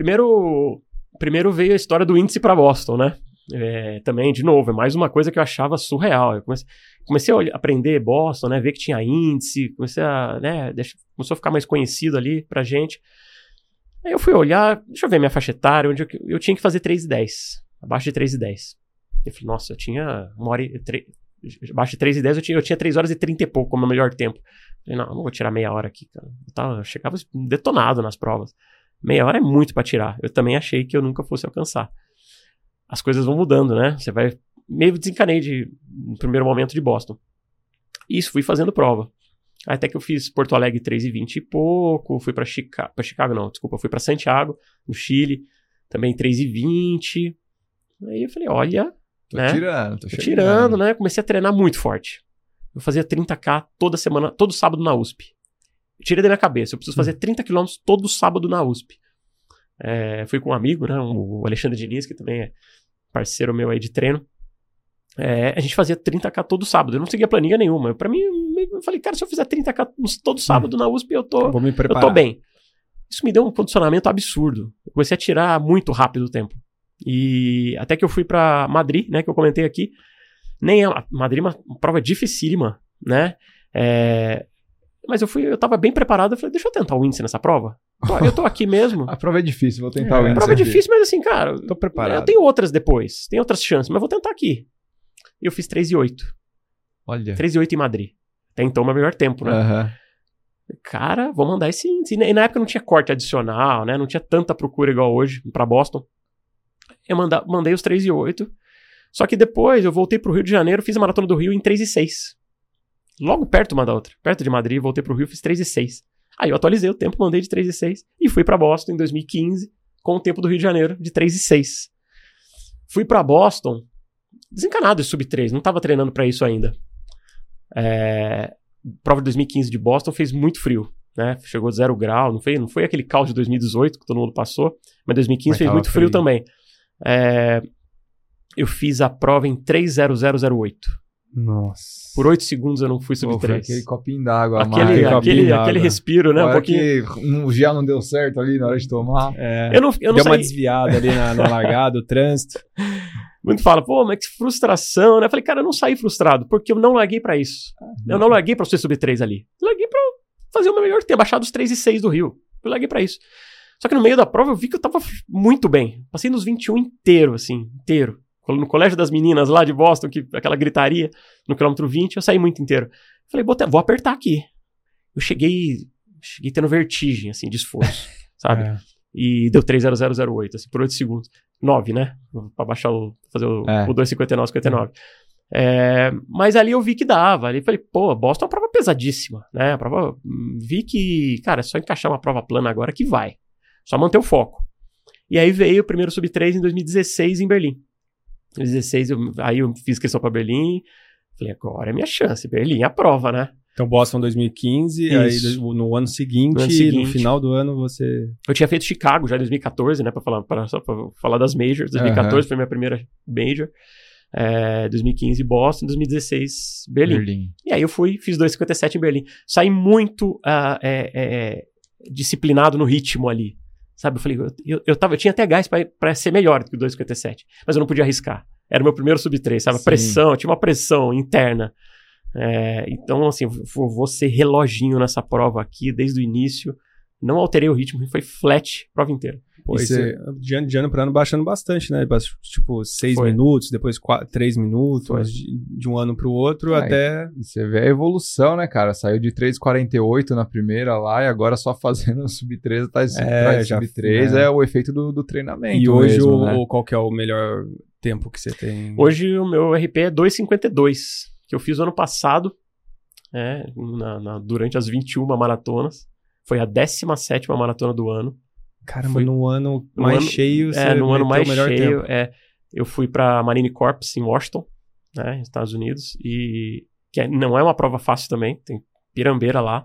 primeiro veio a história do índice para Boston, né? Também, de novo, é mais uma coisa que eu achava surreal. Eu comecei a aprender Boston, né? Ver que tinha índice, começou a ficar mais conhecido ali pra gente. Aí eu fui olhar, deixa eu ver minha faixa etária, onde eu tinha que fazer 3:10, abaixo de 3:10. Eu falei, nossa, eu tinha abaixo de 3:10 eu tinha 3 horas e 30 e pouco como o melhor tempo. Falei, não vou tirar meia hora aqui, cara. Eu chegava detonado nas provas. Meia hora é muito pra tirar. Eu também achei que eu nunca fosse alcançar. As coisas vão mudando, né? Você vai... Meio desencanei no primeiro momento de Boston. Isso, fui fazendo prova. Até que eu fiz Porto Alegre 3:20 e pouco. Fui pra fui pra Santiago, no Chile. Também 3:20. Aí eu falei, olha... Tô tirando, né? Comecei a treinar muito forte. Eu fazia 30K toda semana, todo sábado na USP. Eu tirei da minha cabeça, eu preciso fazer 30 km todo sábado na USP. Fui com um amigo, né? O Alexandre Diniz, que também é parceiro meu aí de treino. A gente fazia 30K todo sábado. Eu não seguia planilha nenhuma. Pra mim, eu falei, cara, se eu fizer 30K todo sábado na USP, eu tô bem. Isso me deu um condicionamento absurdo. Eu comecei a tirar muito rápido o tempo. E até que eu fui pra Madrid, né? Que eu comentei aqui. Madrid é uma prova dificílima, né? Mas eu tava bem preparado. Eu falei, deixa eu tentar o índice nessa prova. Eu tô aqui mesmo. A prova é difícil, vou tentar o índice. A prova é difícil, mas assim, cara... Tô preparado. Eu tenho outras depois. Tem outras chances, mas vou tentar aqui. E eu fiz 3:08. Olha. 3:08 em Madrid. Até então, o meu melhor tempo, né? Uhum. Cara, vou mandar esse índice. E na época não tinha corte adicional, né? Não tinha tanta procura igual hoje pra Boston. Eu mandei os 3:08. Só que depois eu voltei pro Rio de Janeiro, fiz a Maratona do Rio em 3:06. Logo perto uma da outra. Perto de Madrid, voltei pro Rio, fiz 3:06. Aí eu atualizei o tempo, mandei de 3:06 e fui pra Boston em 2015 com o tempo do Rio de Janeiro de 3:06. Fui pra Boston desencanado de sub-3, não tava treinando pra isso ainda. Prova de 2015 de Boston fez muito frio, né? Chegou 0 grau, não foi aquele caos de 2018 que todo mundo passou, mas 2015 fez muito frio também. Eu fiz a prova em 3:0008. Nossa. Por 8 segundos eu não fui sub-3. Aquele copinho d'água. Aquele respiro, né? Um pouquinho. Que o gel não deu certo ali na hora de tomar. Eu não deu uma desviada ali na largada, o trânsito. Muito fala, pô, mas que frustração, né? Eu falei, cara, eu não saí frustrado, porque eu não larguei pra isso. Eu não larguei pra ser sub-3 ali. Eu larguei pra fazer o meu melhor tempo, baixar dos 3:06 do Rio. Eu larguei pra isso. Só que no meio da prova eu vi que eu tava muito bem. Passei nos 21 inteiro, assim, inteiro. no colégio das meninas lá de Boston, aquela gritaria no quilômetro 20, eu saí muito inteiro. Falei, vou apertar aqui. Eu cheguei tendo vertigem, assim, de esforço, sabe? E deu 3:00:08, assim, por 8 segundos. 9, né? Pra baixar fazer o 2:59, 59. Mas ali eu vi que dava. Ali falei, pô, Boston é uma prova pesadíssima, né? A prova, vi que, cara, é só encaixar uma prova plana agora que vai. Só manter o foco. E aí veio o primeiro Sub-3 em 2016 em Berlim. Em 2016, aí eu fiz inscrição pra Berlim. Falei, agora é minha chance. Berlim é a prova, né? Então, Boston 2015, aí no ano seguinte, no final do ano você... Eu tinha feito Chicago já em 2014, né? Só pra falar das Majors. 2014 foi minha primeira Major. 2015 Boston, 2016 Berlim. E aí eu fiz 2:57 em Berlim. Saí muito disciplinado no ritmo ali. Sabe? Eu falei, eu tinha até gás pra ser melhor do que o 2:57, mas eu não podia arriscar. Era o meu primeiro Sub-3, sabe? A pressão, eu tinha uma pressão interna. Então, assim, vou ser reloginho nessa prova aqui desde o início. Não alterei o ritmo, foi flat prova inteira. Pô, você, de ano para ano baixando bastante, né? Tipo, 6 minutos, depois 3 minutos, de um ano pro outro até... E você vê a evolução, né, cara? Saiu de 3:48 na primeira lá e agora só fazendo o Sub-3 atrás Sub-3 é o efeito do treinamento. E hoje, mesmo, né? qual que é o melhor tempo que você tem? Hoje o meu RP é 2:52, que eu fiz o ano passado, durante as 21 maratonas. Foi a 17ª maratona do ano. Caramba, no ano mais cheio, você no ano mais o melhor cheio, tempo. Eu fui pra Marine Corps em Washington, né, nos Estados Unidos, e não é uma prova fácil também, tem pirambeira lá,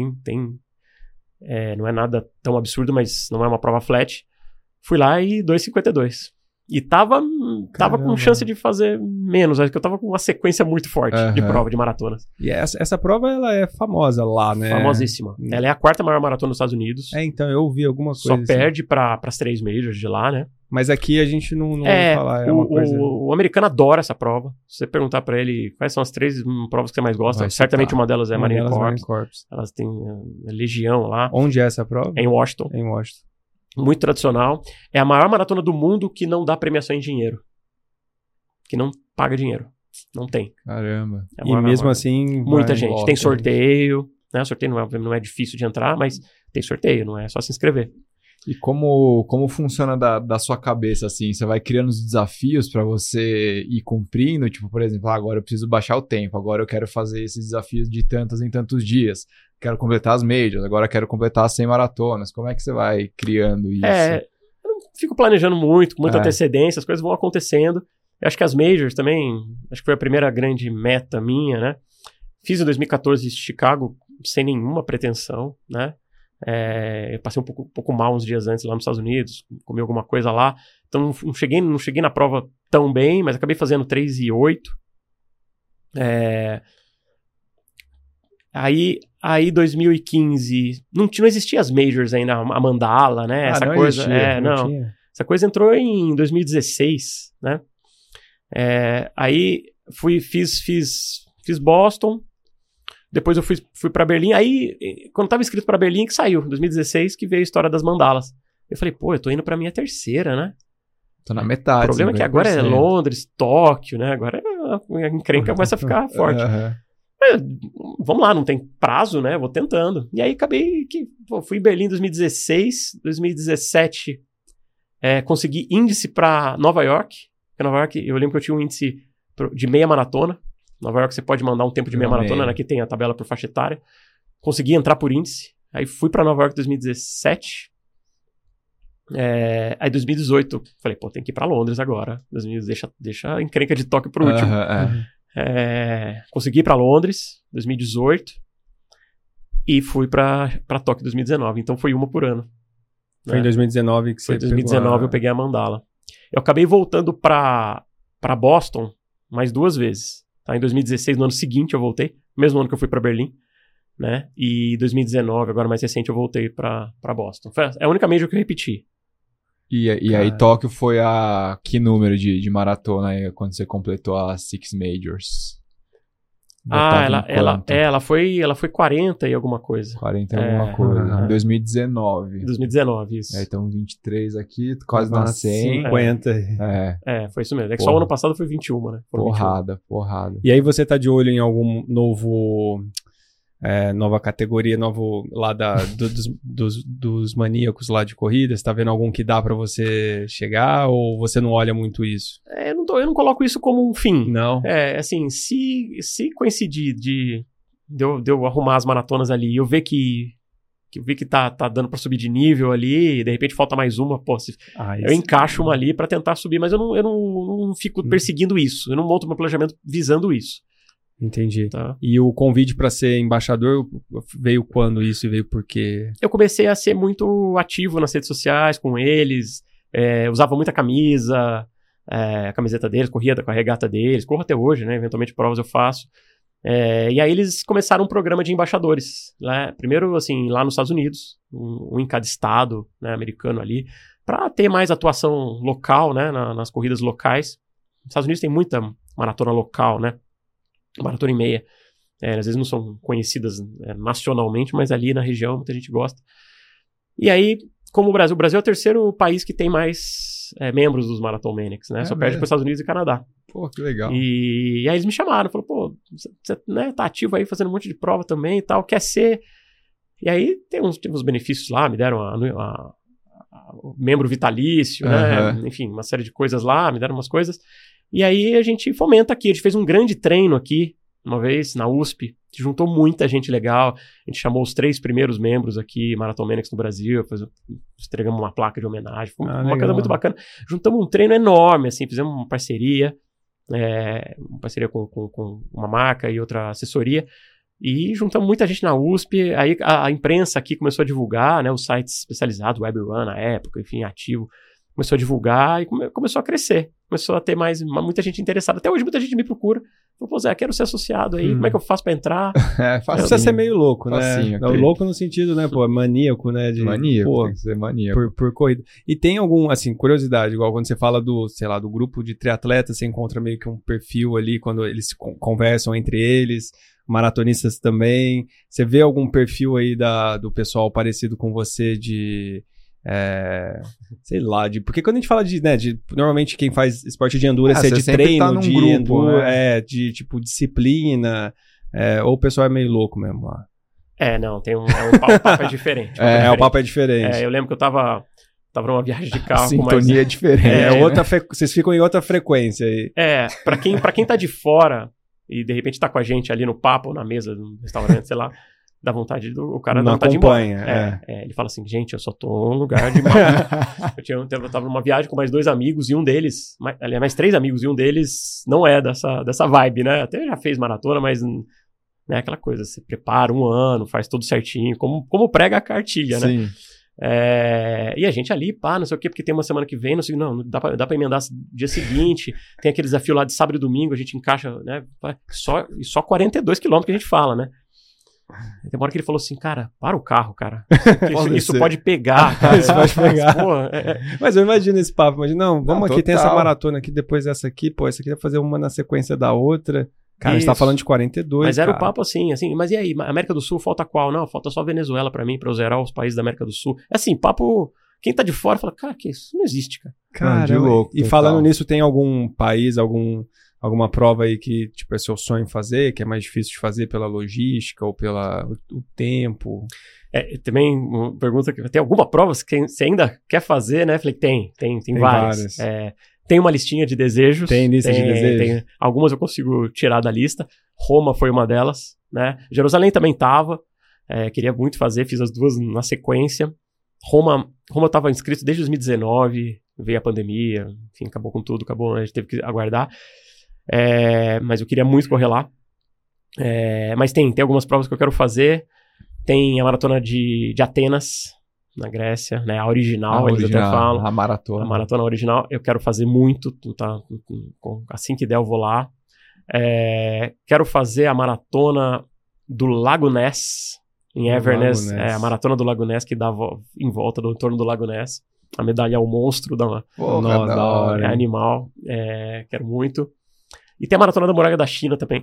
não é nada tão absurdo, mas não é uma prova flat. Fui lá e 2:52. E tava com chance de fazer menos, acho que eu tava com uma sequência muito forte de prova, de maratonas. E essa prova, ela é famosa lá, né? Famosíssima. Ela é a 4ª maior maratona dos Estados Unidos. Então, eu ouvi alguma coisa. Só perde pras 3 majors de lá, né? Mas aqui a gente não vai falar, uma coisa... O americano adora essa prova. Se você perguntar pra ele quais são as 3 provas que você mais gosta, certamente uma delas é Marine Corps. Elas têm legião lá. Onde é essa prova? Em Washington. Em Washington. Muito tradicional. É a maior maratona do mundo que não dá premiação em dinheiro. Que não paga dinheiro. Não tem. Caramba. E mesmo assim... Muita gente. Tem sorteio. Né? O sorteio não é difícil de entrar, mas tem sorteio. Não é só se inscrever. E como funciona da sua cabeça, assim? Você vai criando os desafios pra você ir cumprindo? Tipo, por exemplo, agora eu preciso baixar o tempo. Agora eu quero fazer esses desafios de tantos em tantos dias. Quero completar as majors, agora quero completar as 100 maratonas. Como é que você vai criando isso? Eu não fico planejando muito, com muita antecedência, as coisas vão acontecendo. Eu acho que as majors também, acho que foi a primeira grande meta minha, né? Fiz em 2014 Chicago sem nenhuma pretensão, né? Eu passei um pouco mal uns dias antes lá nos Estados Unidos, comi alguma coisa lá. Então não cheguei na prova tão bem, mas acabei fazendo 3:08. Aí 2015, não existia as majors ainda, a Mandala, né? Essa coisa. Existia, essa coisa entrou em 2016, né? Aí fiz Boston, depois eu fui pra Berlim. Aí, quando tava inscrito pra Berlim, que saiu, em 2016, que veio a história das mandalas. Eu falei, eu tô indo pra minha 3ª, né? Tô na metade. O problema é que agora é Londres, Tóquio, né? Agora a encrenca começa a ficar forte. Vamos lá, não tem prazo, né? Vou tentando. E aí acabei que fui em Berlim em 2016, 2017 consegui índice pra Nova York. Porque Nova York, eu lembro que eu tinha um índice de meia maratona. Nova York você pode mandar um tempo de meia maratona, né? Que tem a tabela por faixa etária. Consegui entrar por índice. Aí fui pra Nova York em 2017. Aí 2018, falei, tem que ir pra Londres agora. 2018, deixa a encrenca de Tóquio pro último. Consegui ir pra Londres 2018 e fui pra Tóquio 2019. Então foi uma por ano. Foi em 2019 que você Foi em 2019 eu peguei a mandala. Eu acabei voltando pra Boston mais 2 vezes. Tá? Em 2016, no ano seguinte, eu voltei. Mesmo ano que eu fui pra Berlim. Né? E 2019, agora mais recente, eu voltei pra Boston. É a única major que eu repeti. E aí Tóquio foi que número de maratona aí, quando você completou as 6 majors? Ela foi 40 e alguma coisa. 40 e alguma coisa. Em 2019. 2019, isso. Então 23 aqui, quase na 100. 50. Foi isso mesmo. É que só o ano passado foi 21, né? Porrada. E aí você tá de olho em algum nova categoria, lá dos maníacos lá de corrida? Você tá vendo algum que dá pra você chegar ou você não olha muito isso? Eu não coloco isso como um fim. Não? Assim, se coincidir de eu arrumar as maratonas ali e eu ver que tá dando pra subir de nível ali, e de repente falta mais uma, eu encaixo uma ali pra tentar subir, mas eu não fico perseguindo isso. Eu não monto meu planejamento visando isso. Entendi. Tá. E o convite para ser embaixador veio quando isso e veio por quê? Eu comecei a ser muito ativo nas redes sociais com eles, usava muita camisa, a camiseta deles, corria com a regata deles, corro até hoje, né? Eventualmente provas eu faço. E aí eles começaram um programa de embaixadores, né? Primeiro, assim, lá nos Estados Unidos, um em cada estado, né, americano ali, para ter mais atuação local, né, nas corridas locais. Nos Estados Unidos tem muita maratona local, né? Maratona e meia. Às vezes não são conhecidas nacionalmente, mas ali na região muita gente gosta. E aí, como o Brasil é o terceiro país que tem mais membros dos Marathon Maniacs, né? Só perde para os Estados Unidos e Canadá. Pô, que legal. E aí eles me chamaram, falaram, você né, tá ativo aí fazendo um monte de prova também e tal, quer ser... E aí tem uns benefícios lá, me deram o membro vitalício, né? Enfim, uma série de coisas lá, me deram umas coisas. E aí a gente fomenta aqui, a gente fez um grande treino aqui, uma vez, na USP, juntou muita gente legal, a gente chamou os 3 primeiros membros aqui, Marathon Maniacs no Brasil, entregamos uma placa de homenagem, foi uma coisa muito bacana. Juntamos um treino enorme, assim, fizemos uma parceria com uma marca e outra assessoria, e juntamos muita gente na USP, aí a imprensa aqui começou a divulgar, né, os sites especializados, Web Run na época, enfim, ativo, começou a divulgar e começou a crescer. Começou a ter muita gente interessada. Até hoje muita gente me procura. Falou, Zé, quero ser associado aí. Como é que eu faço pra entrar? Precisa ser meio louco, né? Facinho, louco no sentido, né? Maníaco, né? Maníaco, tem que ser maníaco. Por corrida. E tem algum, assim, curiosidade, igual quando você fala do grupo de triatletas, você encontra meio que um perfil ali, quando eles conversam entre eles, maratonistas também. Você vê algum perfil aí do pessoal parecido com você sei lá, porque quando a gente fala normalmente quem faz esporte de endurance de treino, de grupo, enduro, de tipo disciplina, ou o pessoal é meio louco mesmo lá. Não, tem o papo é diferente. O papo é diferente. Eu lembro que eu tava numa viagem de carro. A sintonia é diferente. Vocês ficam em outra frequência aí. Pra quem tá de fora e de repente tá com a gente ali no papo, na mesa, no restaurante, sei lá, dá vontade o cara não acompanha. Ele fala assim, gente, eu só tô num lugar de maluco. Eu tava numa viagem com mais 2 amigos e um deles, mais 3 amigos e um deles não é dessa vibe, né? Até já fez maratona, mas né, aquela coisa, você prepara 1 ano, faz tudo certinho, como prega a cartilha, né? Sim. E a gente ali, não sei o quê, porque tem uma semana que vem, não dá pra emendar dia seguinte, tem aquele desafio lá de sábado e domingo, a gente encaixa, né? Só 42 quilômetros que a gente fala, né? Tem uma hora que ele falou assim, cara, para o carro, cara. Isso pode pegar, cara. Isso pode pegar. Mas eu imagino esse papo. Vamos aqui, tem essa maratona aqui, depois essa aqui, essa aqui vai fazer uma na sequência da outra. Cara, a gente tá falando de 42, mas era o papo assim, mas e aí? América do Sul falta qual? Não, falta só Venezuela pra mim, pra eu zerar os países da América do Sul. Papo... Quem tá de fora fala, cara, que isso não existe, cara. Cara, de louco. E falando nisso, tem algum país, alguma prova aí que, tipo, é seu sonho fazer, que é mais difícil de fazer pela logística ou pelo tempo? Também uma pergunta, tem alguma prova que você ainda quer fazer, né? Falei, tem várias. Tem uma listinha de desejos. Tem lista de desejos? Algumas eu consigo tirar da lista. Roma foi uma delas, né? Jerusalém também tava. Queria muito fazer, fiz as 2 na sequência. Roma eu tava inscrito desde 2019, veio a pandemia, enfim, acabou com tudo, a gente teve que aguardar. Mas eu queria muito correr lá. Mas tem algumas provas que eu quero fazer. Tem a maratona de Atenas, na Grécia, né? A original, eles até falam. A maratona original, eu quero fazer muito, tá? Assim que der eu vou lá. Quero fazer a maratona do Lago Ness, em Everness. A maratona do Lago Ness, que dá em volta do entorno do Lago Ness. A medalha é o monstro da hora. É animal. Quero muito. E tem a maratona da Muralha da China também.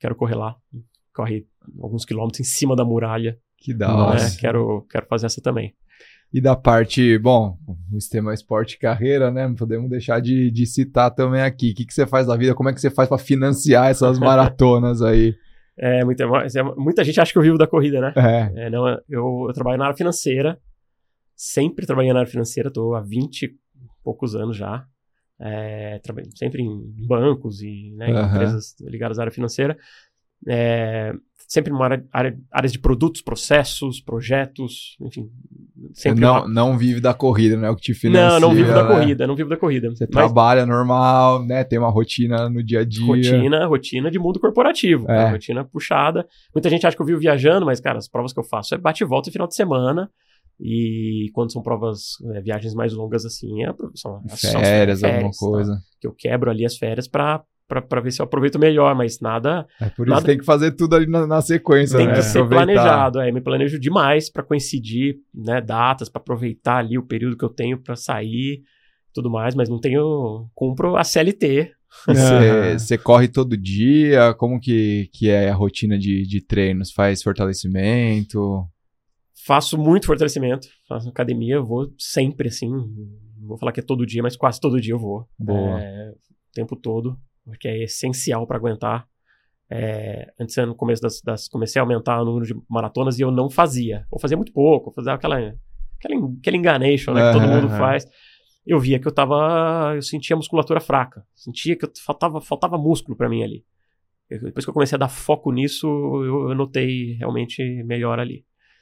quero correr lá. Corre alguns quilômetros em cima da muralha. Que da hora. Quero fazer essa também. E da parte, bom, o sistema esporte e carreira, né? Não podemos deixar de citar também aqui. O que você faz da vida? Como é que você faz para financiar essas maratonas aí? Muita gente acha que eu vivo da corrida, né? Não, eu trabalho na área financeira. Sempre trabalhei na área financeira. Estou há 20 e poucos anos já. Trabalho sempre em bancos e em empresas ligadas à área financeira. Sempre numa áreas de produtos, processos, projetos, enfim. Sempre não vive da corrida, não é o que te financia. Não vivo da corrida, não vivo da corrida. Você trabalha normal, né? Tem uma rotina no dia a dia. Rotina de mundo corporativo. Rotina puxada. Muita gente acha que eu vivo viajando, mas, cara, as provas que eu faço é bate e volta no final de semana. E quando são provas, viagens mais longas assim, são férias, alguma coisa. Que eu quebro ali as férias pra ver se eu aproveito melhor, mas nada... por isso tem que fazer tudo ali na sequência, tem que ser planejado, me planejo demais pra coincidir, né, datas, pra aproveitar ali o período que eu tenho pra sair, tudo mais, mas não cumpro a CLT. Você corre todo dia? Como que é a rotina de treinos? Faz fortalecimento? Faço muito fortalecimento, faço academia, eu vou sempre assim, não vou falar que é todo dia, mas quase todo dia eu vou. Boa. O tempo todo. Porque é essencial para aguentar. Antes, no começo comecei a aumentar o número de maratonas e eu não fazia. Ou fazia muito pouco, fazia aquele enganation, né, que todo mundo faz. Eu via que eu sentia a musculatura fraca. Sentia que faltava músculo para mim ali. Depois que eu comecei a dar foco nisso, eu notei realmente melhor ali.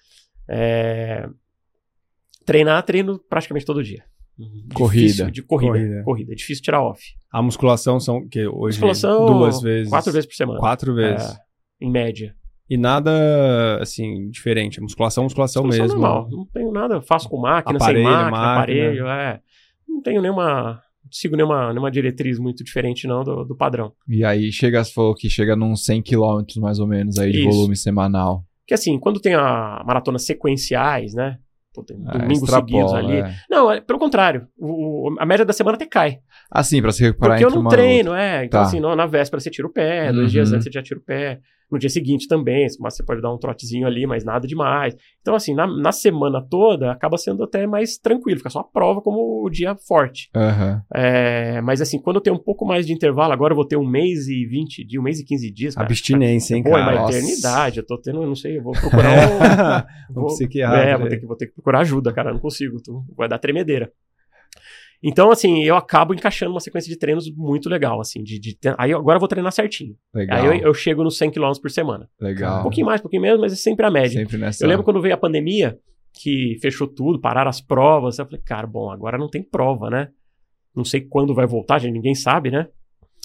Treino praticamente todo dia. Corrida. Corrida. É difícil tirar off. A musculação são que hoje? Musculação 2 vezes. 4 vezes por semana. 4 vezes. Em média. E nada, assim, diferente. Musculação mesmo. Normal. Não tenho nada. Eu faço com máquina, sem máquina, aparelho. Não tenho sigo nenhuma diretriz muito diferente, não, do padrão. E aí falou que chega nos 100 km mais ou menos aí de volume semanal. Porque assim, quando tem a maratonas sequenciais, né? Domingos seguidos ali. Não, pelo contrário. A média da semana até cai. Assim, pra se recuperar. Porque eu não treino, Então, assim, na véspera você tira o pé, 2 dias antes você já tira o pé. No dia seguinte também, mas você pode dar um trotezinho ali, mas nada demais. Então, assim, na semana toda, acaba sendo até mais tranquilo. Fica só a prova como o dia forte. Mas, assim, quando eu tenho um pouco mais de intervalo, agora eu vou ter 1 mês e 20 dias, 1 mês e 15 dias. Cara, abstinência, hein, cara? É uma eternidade. Eu tô tendo, eu não sei, eu vou procurar um psiquiatra. Vou ter que procurar ajuda, cara. Eu não consigo. Vai dar tremedeira. Então, assim, eu acabo encaixando uma sequência de treinos muito legal, assim, aí agora eu vou treinar certinho. Legal. Aí eu chego nos 100 km por semana. Legal. Um pouquinho mais, um pouquinho menos, mas é sempre a média. Sempre nessa... Eu lembro quando veio a pandemia, que fechou tudo, pararam as provas, eu falei, cara, bom, agora não tem prova, né? Não sei quando vai voltar, gente, ninguém sabe, né?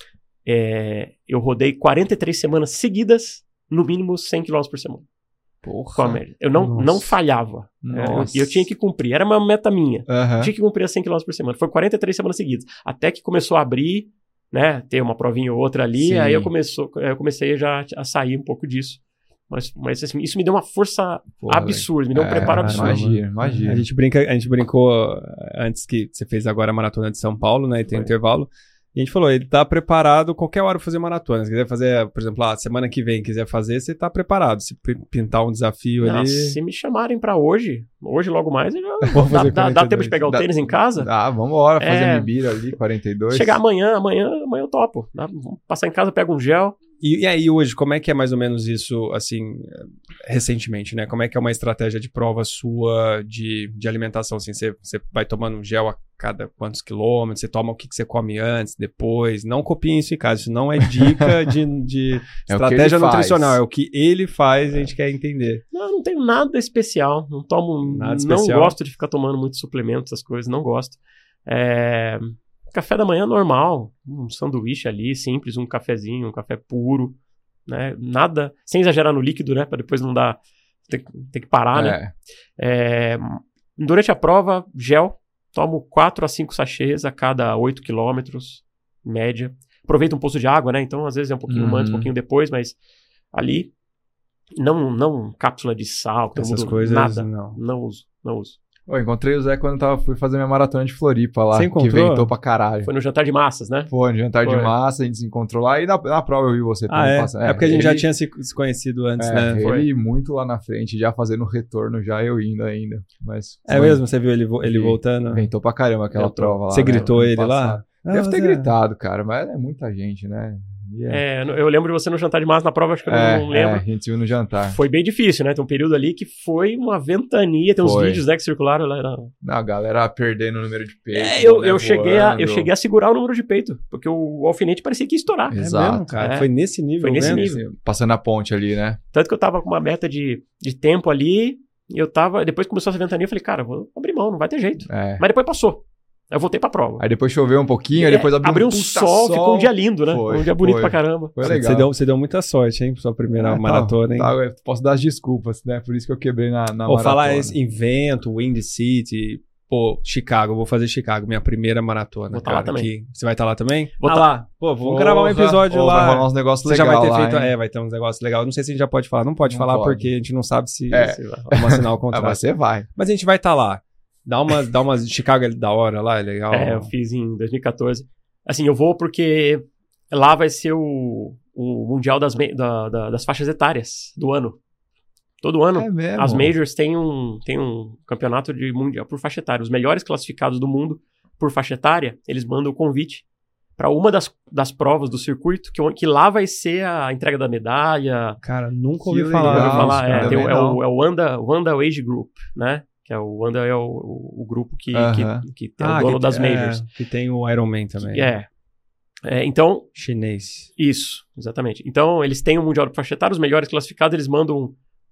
Eu rodei 43 semanas seguidas, no mínimo 100 km por semana. Porra. Eu não falhava. Eu tinha que cumprir. Era uma meta minha. Tinha que cumprir a 100 km por semana. Foi 43 semanas seguidas. Até que começou a abrir, né? Ter uma provinha ou outra ali. Sim. Aí eu comecei já a sair um pouco disso. Mas assim, isso me deu uma força absurda. Me deu um preparo absurdo. Imagina. A gente brincou antes que você fez agora a maratona de São Paulo, né? E tem intervalo. E a gente falou, ele tá preparado qualquer hora pra fazer maratona. Se quiser fazer, por exemplo, semana que vem quiser fazer, você tá preparado. Se pintar um desafio ali... Se me chamarem pra hoje logo mais, dá tempo de pegar o tênis em casa? Vambora, fazer Mibira ali, 42. Chegar amanhã eu topo. Vamos passar em casa, pego um gel. E aí hoje, como é que é mais ou menos isso, assim, recentemente, né? Como é que é uma estratégia de prova sua de alimentação? Assim, você vai tomando um gel a cada quantos quilômetros? Você toma o que você come antes, depois? Não copiem isso em casa, isso não é dica de estratégia nutricional. É o que ele faz, a gente quer entender. Não tenho nada especial. Não tomo... Nada especial. Não gosto de ficar tomando muitos suplementos, essas coisas, não gosto. Café da manhã normal, um sanduíche ali, simples, um cafezinho, um café puro, né? Nada, sem exagerar no líquido, né? Para depois não dar, ter que parar, né? Durante a prova, gel, tomo 4 a 5 sachês a cada 8 quilômetros, média. Aproveito um poço de água, né? Então, às vezes é um pouquinho antes, um pouquinho depois, mas ali, não cápsula de sal, essas coisas, nada, não uso. Eu encontrei o Zé quando fui fazer minha maratona de Floripa lá. Você encontrou? Que ventou pra caralho. Foi no jantar de massas, né? Foi no jantar de Foi. massa, a gente se encontrou lá. E na prova eu vi você também passando. É porque a gente já ele- tinha se conhecido antes, né? Ele muito lá na frente, já fazendo retorno, já eu indo ainda. Mas É mesmo? Você viu ele Vi. voltando? Ventou pra caramba aquela Ventou. prova lá. Você né, gritou ano ele lá? passado. Deve ter Zé. gritado, cara, mas é muita gente, né? E Eu lembro de você no jantar de massa na prova, acho que eu não lembro. a gente se viu no jantar. Foi bem difícil, né? Tem um período ali que foi uma ventania. Tem uns Foi. vídeos, né, que circularam lá. Não, a galera perdendo o número de peito. Eu cheguei a segurar o número de peito, porque o alfinete parecia que ia estourar. É Exato. mesmo, cara. É. Foi nesse nível Foi nesse mesmo? nível. Passando a ponte ali, né? Tanto que eu tava com uma meta de tempo ali, e depois começou essa ventania, eu falei, cara, vou abrir mão, não vai ter jeito. É. Mas depois passou. Aí eu voltei pra prova. Aí depois choveu um pouquinho, aí depois abriu um puta sol, ficou um dia lindo, né? Foi, um dia bonito foi. pra caramba. Foi legal. Você deu muita sorte, hein, pra sua primeira maratona, hein? Eu posso dar as desculpas, né? Por isso que eu quebrei na Ou maratona. falar esse evento, Windy City, pô, Chicago, eu vou fazer Chicago, minha primeira maratona. Vou tá lá também. Você vai estar lá também? Vou tá lá. Pô, vamos gravar um episódio Vai lá. rolar uns negócios Você já legais vai ter lá, feito. hein? Vai ter uns negócios legais. Não sei se a gente já pode falar. Não pode Não falar pode. porque a gente não sabe se É. vamos assinar o Ah, contrato. mas você vai. Mas a gente vai estar lá. Dá umas. Chicago é da hora lá, é legal. Eu fiz em 2014. Assim, eu vou porque lá vai ser o Mundial das faixas etárias do ano. Todo ano, É mesmo. as Majors têm um campeonato de mundial por faixa etária. Os melhores classificados do mundo por faixa etária, eles mandam o convite para uma das provas do circuito, que lá vai ser a entrega da medalha. Cara, nunca Que ouvi legal, falar. Eu vou falar, cara, tem também é não. o Wanda Age Group, né? Que é o Wanda é o grupo que é o dono das Majors. Que tem o Iron Man também. Então, Chinês. isso, exatamente. Então, eles têm um Mundial de faixa etária, os melhores classificados, eles mandam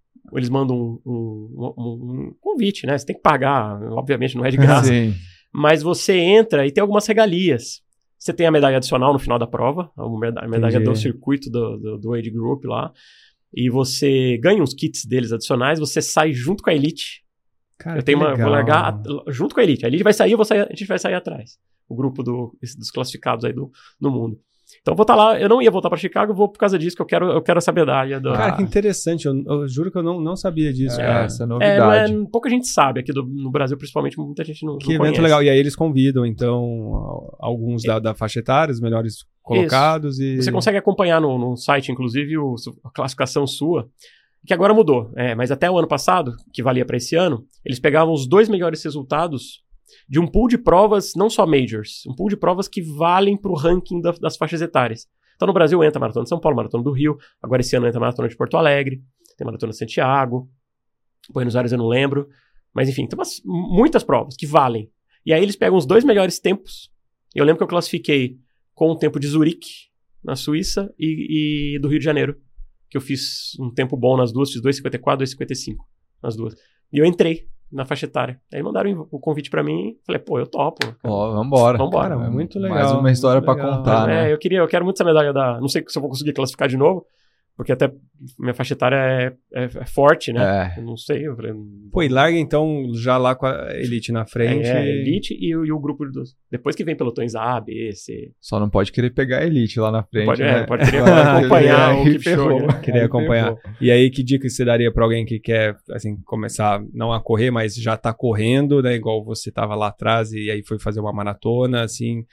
um convite, né? Você tem que pagar, obviamente não é de graça, Sim. mas você entra e tem algumas regalias. Você tem a medalha adicional no final da prova, a medalha Entendi. do circuito do Age Group lá, e você ganha uns kits deles adicionais, você sai junto com a Elite. Cara, Vou largar junto com a Elite. A Elite vai sair, a gente vai sair atrás. O grupo dos classificados aí do mundo. Então eu vou estar lá, eu não ia voltar para Chicago, eu vou por causa disso, que eu quero essa medalha. Cara, que interessante. Eu juro que eu não sabia disso, cara. Essa novidade. Pouca gente sabe aqui no Brasil, principalmente, muita gente não Que evento conhece. legal. E aí eles convidam, então, alguns da faixa etária, os melhores colocados. E Você consegue acompanhar no site, inclusive, a classificação sua, que agora mudou. Mas até o ano passado, que valia para esse ano, eles pegavam os 2 melhores resultados de um pool de provas, não só majors, um pool de provas que valem para o ranking das faixas etárias. Então no Brasil entra a Maratona de São Paulo, Maratona do Rio, agora esse ano entra a Maratona de Porto Alegre, tem a Maratona de Santiago, Buenos Aires eu não lembro, mas enfim, tem muitas provas que valem. E aí eles pegam os 2 melhores tempos. Eu lembro que eu classifiquei com o tempo de Zurique, na Suíça, e do Rio de Janeiro, que eu fiz um tempo bom nas duas, fiz 2,54, 2,55 nas duas. E eu entrei na faixa etária. Aí mandaram o convite pra mim, falei, pô, eu topo. Vambora. Vambora. Cara, muito legal. Mais uma história pra legal. contar, né? Eu quero muito essa medalha não sei se eu vou conseguir classificar de novo, porque até minha faixa etária é forte, né? Eu não sei. Eu falei, Pô, e larga então já lá com a Elite na frente. Elite e o grupo dos... Depois que vem pelotões A, B, C. Só não pode querer pegar a Elite lá na frente, Pode, né? pode querer acompanhar o Kipchoge, né? Queria acompanhar. E aí, que dica você daria pra alguém que quer, assim, começar não a correr, mas já tá correndo, né? Igual você tava lá atrás e aí foi fazer uma maratona, assim,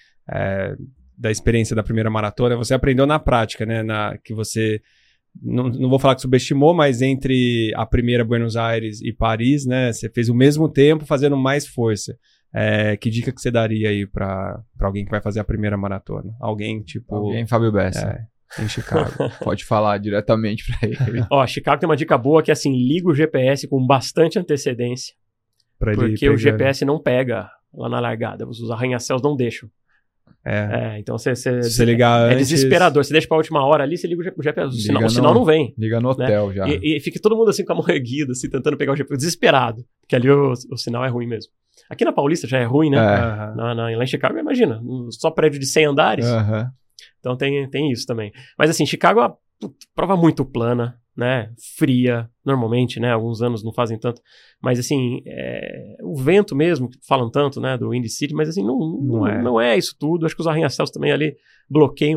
da experiência da primeira maratona. Você aprendeu na prática, né? Que você... Não vou falar que subestimou, mas entre a primeira Buenos Aires e Paris, né? Você fez o mesmo tempo fazendo mais força. Que dica que você daria aí pra alguém que vai fazer a primeira maratona? Alguém tipo... Alguém, Fábio Bessa. Em Chicago. Pode falar diretamente pra ele. Chicago tem uma dica boa que é assim, liga o GPS com bastante antecedência, Pra ele porque o GPS não pega lá na largada, os arranha-céus não deixam. Então se você ligar antes... desesperador. Você deixa pra última hora ali, você liga o GPS, o sinal não vem. Liga no hotel já. E fica todo mundo assim com a mão erguida, assim, tentando pegar o GPS, desesperado, porque ali o sinal é ruim mesmo. Aqui na Paulista já é ruim, né? Lá em Chicago, imagina, só prédio de 100 andares. Então tem isso também. Mas assim, Chicago é uma prova muito plana, né? Fria, normalmente, né? Alguns anos não fazem tanto. Mas assim, o vento mesmo, que falam tanto, né? Do Windy City, mas assim, não é isso tudo. Acho que os arranha-céus também ali bloqueiam.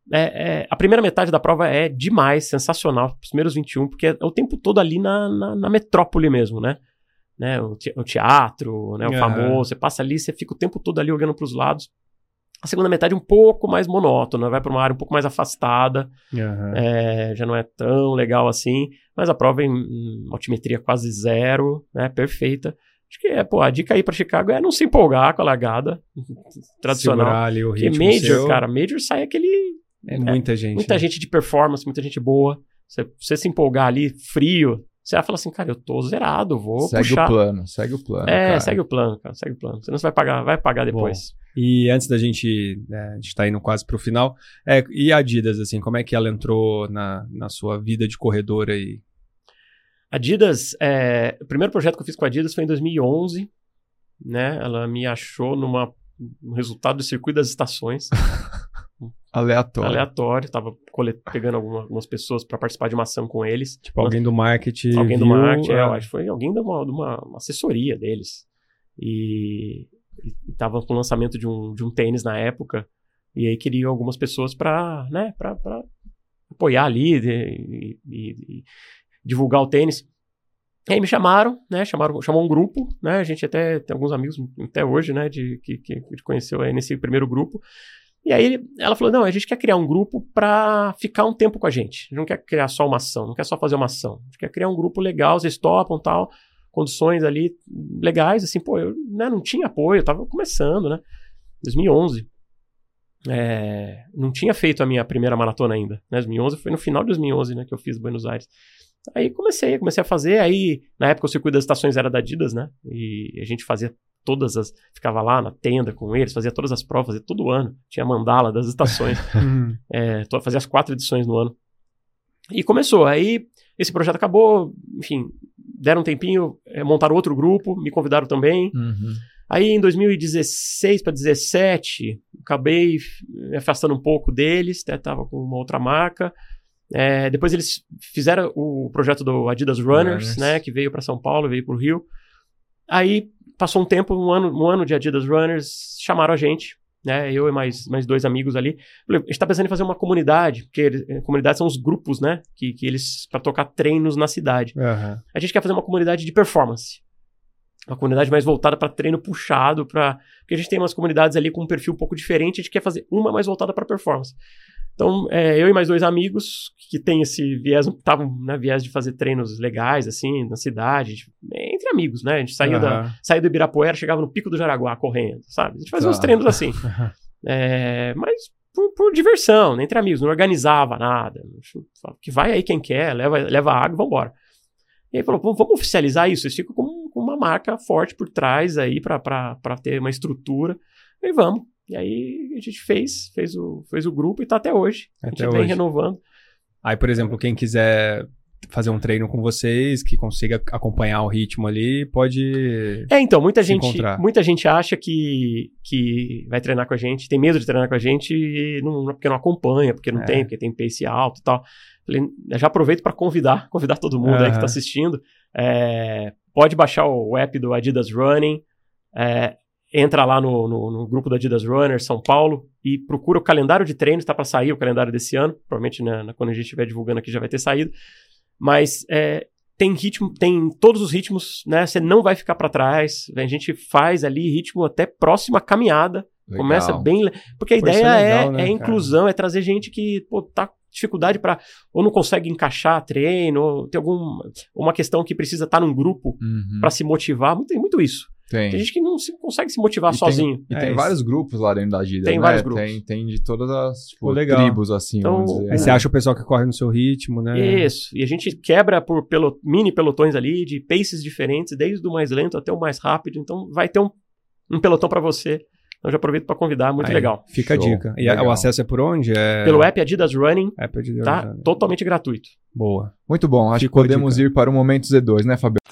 A primeira metade da prova é demais, sensacional. Os primeiros 21, porque é o tempo todo ali na metrópole mesmo, né? né, o teatro, né, o famoso, você passa ali, você fica o tempo todo ali olhando para os lados. A segunda metade um pouco mais monótona, vai para uma área um pouco mais afastada, já não é tão legal assim, mas a prova em altimetria quase 0, né, perfeita. Acho que a dica aí para Chicago é não se empolgar com a largada tradicional. Segurar ali o ritmo Major, seu. cara, Major sai aquele... Muita gente. Muita gente de performance, muita gente boa. Você se empolgar ali, frio, você vai falar assim, cara, eu tô zerado, vou puxar. Segue o plano, cara. Segue o plano, cara, segue o plano. Senão você vai pagar depois. Bom, e antes da gente, a gente tá indo quase pro final, e a Adidas, assim, como é que ela entrou na sua vida de corredor aí? Adidas, o primeiro projeto que eu fiz com a Adidas foi em 2011, né? Ela me achou no resultado do circuito das estações. Aleatório. Tava pegando algumas pessoas para participar de uma ação com eles. Tipo, alguém do marketing. Alguém do marketing, eu acho que foi alguém de uma assessoria deles. E tava com o lançamento de um tênis na época. E aí queriam algumas pessoas para apoiar ali e divulgar o tênis. E aí me chamaram, né? Chamou um grupo, né? A gente até tem alguns amigos até hoje, né? Que conheceu aí nesse primeiro grupo. E aí ela falou, não, a gente quer criar um grupo pra ficar um tempo com a gente. A gente não quer criar só uma ação, não quer só fazer uma ação. A gente quer criar um grupo legal, vocês topam, tal, condições ali legais, assim, pô, eu não tinha apoio, eu tava começando, né? 2011. Não tinha feito a minha primeira maratona ainda, né? 2011 foi no final de 2011, né, que eu fiz Buenos Aires. Aí comecei a fazer, aí na época o circuito das estações era da Adidas, né? E a gente fazia ficava lá na tenda com eles, fazia todas as provas, fazia todo ano, tinha mandala das estações, fazia as 4 edições no ano. E começou, aí esse projeto acabou, enfim, deram um tempinho, montaram outro grupo, me convidaram também. Aí em 2016 para 2017, acabei me afastando um pouco deles, até tava com uma outra marca. Depois eles fizeram o projeto do Adidas Runners, né, que veio para São Paulo, veio para o Rio. Aí passou um tempo, um ano de Adidas Runners, chamaram a gente, né, eu e mais 2 amigos ali. Falei, a gente tá pensando em fazer uma comunidade, porque comunidades são os grupos, né, que eles, para tocar treinos na cidade. A gente quer fazer uma comunidade de performance. Uma comunidade mais voltada para treino puxado, porque a gente tem umas comunidades ali com um perfil um pouco diferente, a gente quer fazer uma mais voltada para performance. Então, eu e mais 2 amigos que tem esse viés, estavam na viés de fazer treinos legais, assim, na cidade, entre amigos, né? A gente saía do Ibirapuera, chegava no Pico do Jaraguá correndo, sabe? A gente fazia uns treinos assim. Mas por diversão, né? Entre amigos, não organizava nada. Que vai aí quem quer, leva água e vambora. E aí falou, vamos oficializar isso, eles ficam com uma marca forte por trás aí para ter uma estrutura. E vamos. E aí a gente fez o grupo e tá até hoje. A gente vem renovando. Aí, por exemplo, quem quiser fazer um treino com vocês, que consiga acompanhar o ritmo ali, pode então, muita gente acha que vai treinar com a gente, tem medo de treinar com a gente porque não acompanha, porque não tem, porque tem pace alto e tal. Falei, já aproveito para convidar todo mundo aí que está assistindo. Pode baixar o app do Adidas Running, entra lá no grupo do Adidas Runner São Paulo e procura o calendário de treinos, está para sair o calendário desse ano, provavelmente quando a gente estiver divulgando aqui já vai ter saído, mas tem ritmo, tem todos os ritmos, né? Você não vai ficar para trás, a gente faz ali ritmo até próxima caminhada. Legal. Começa bem... Porque a ideia legal, né, é inclusão, é trazer gente que tá com dificuldade para ou não consegue encaixar treino, ou tem uma questão que precisa estar num grupo para se motivar. Tem muito isso. Tem gente que não consegue se motivar sozinho. Tem vários grupos lá dentro da Adidas, tem, né? Vários grupos. Tem de todas as tribos, assim, então, vamos dizer. Aí você acha o pessoal que corre no seu ritmo, né? Isso. E a gente quebra por mini pelotões ali, de paces diferentes, desde o mais lento até o mais rápido. Então vai ter um pelotão para você. Então já aproveito para convidar, muito legal. Fica Show. A dica. E o acesso é por onde? Pelo app Adidas Running, Adidas tá Running. Totalmente gratuito. Boa. Muito bom, acho que podemos ir para o momento Z2, né, Fabiano?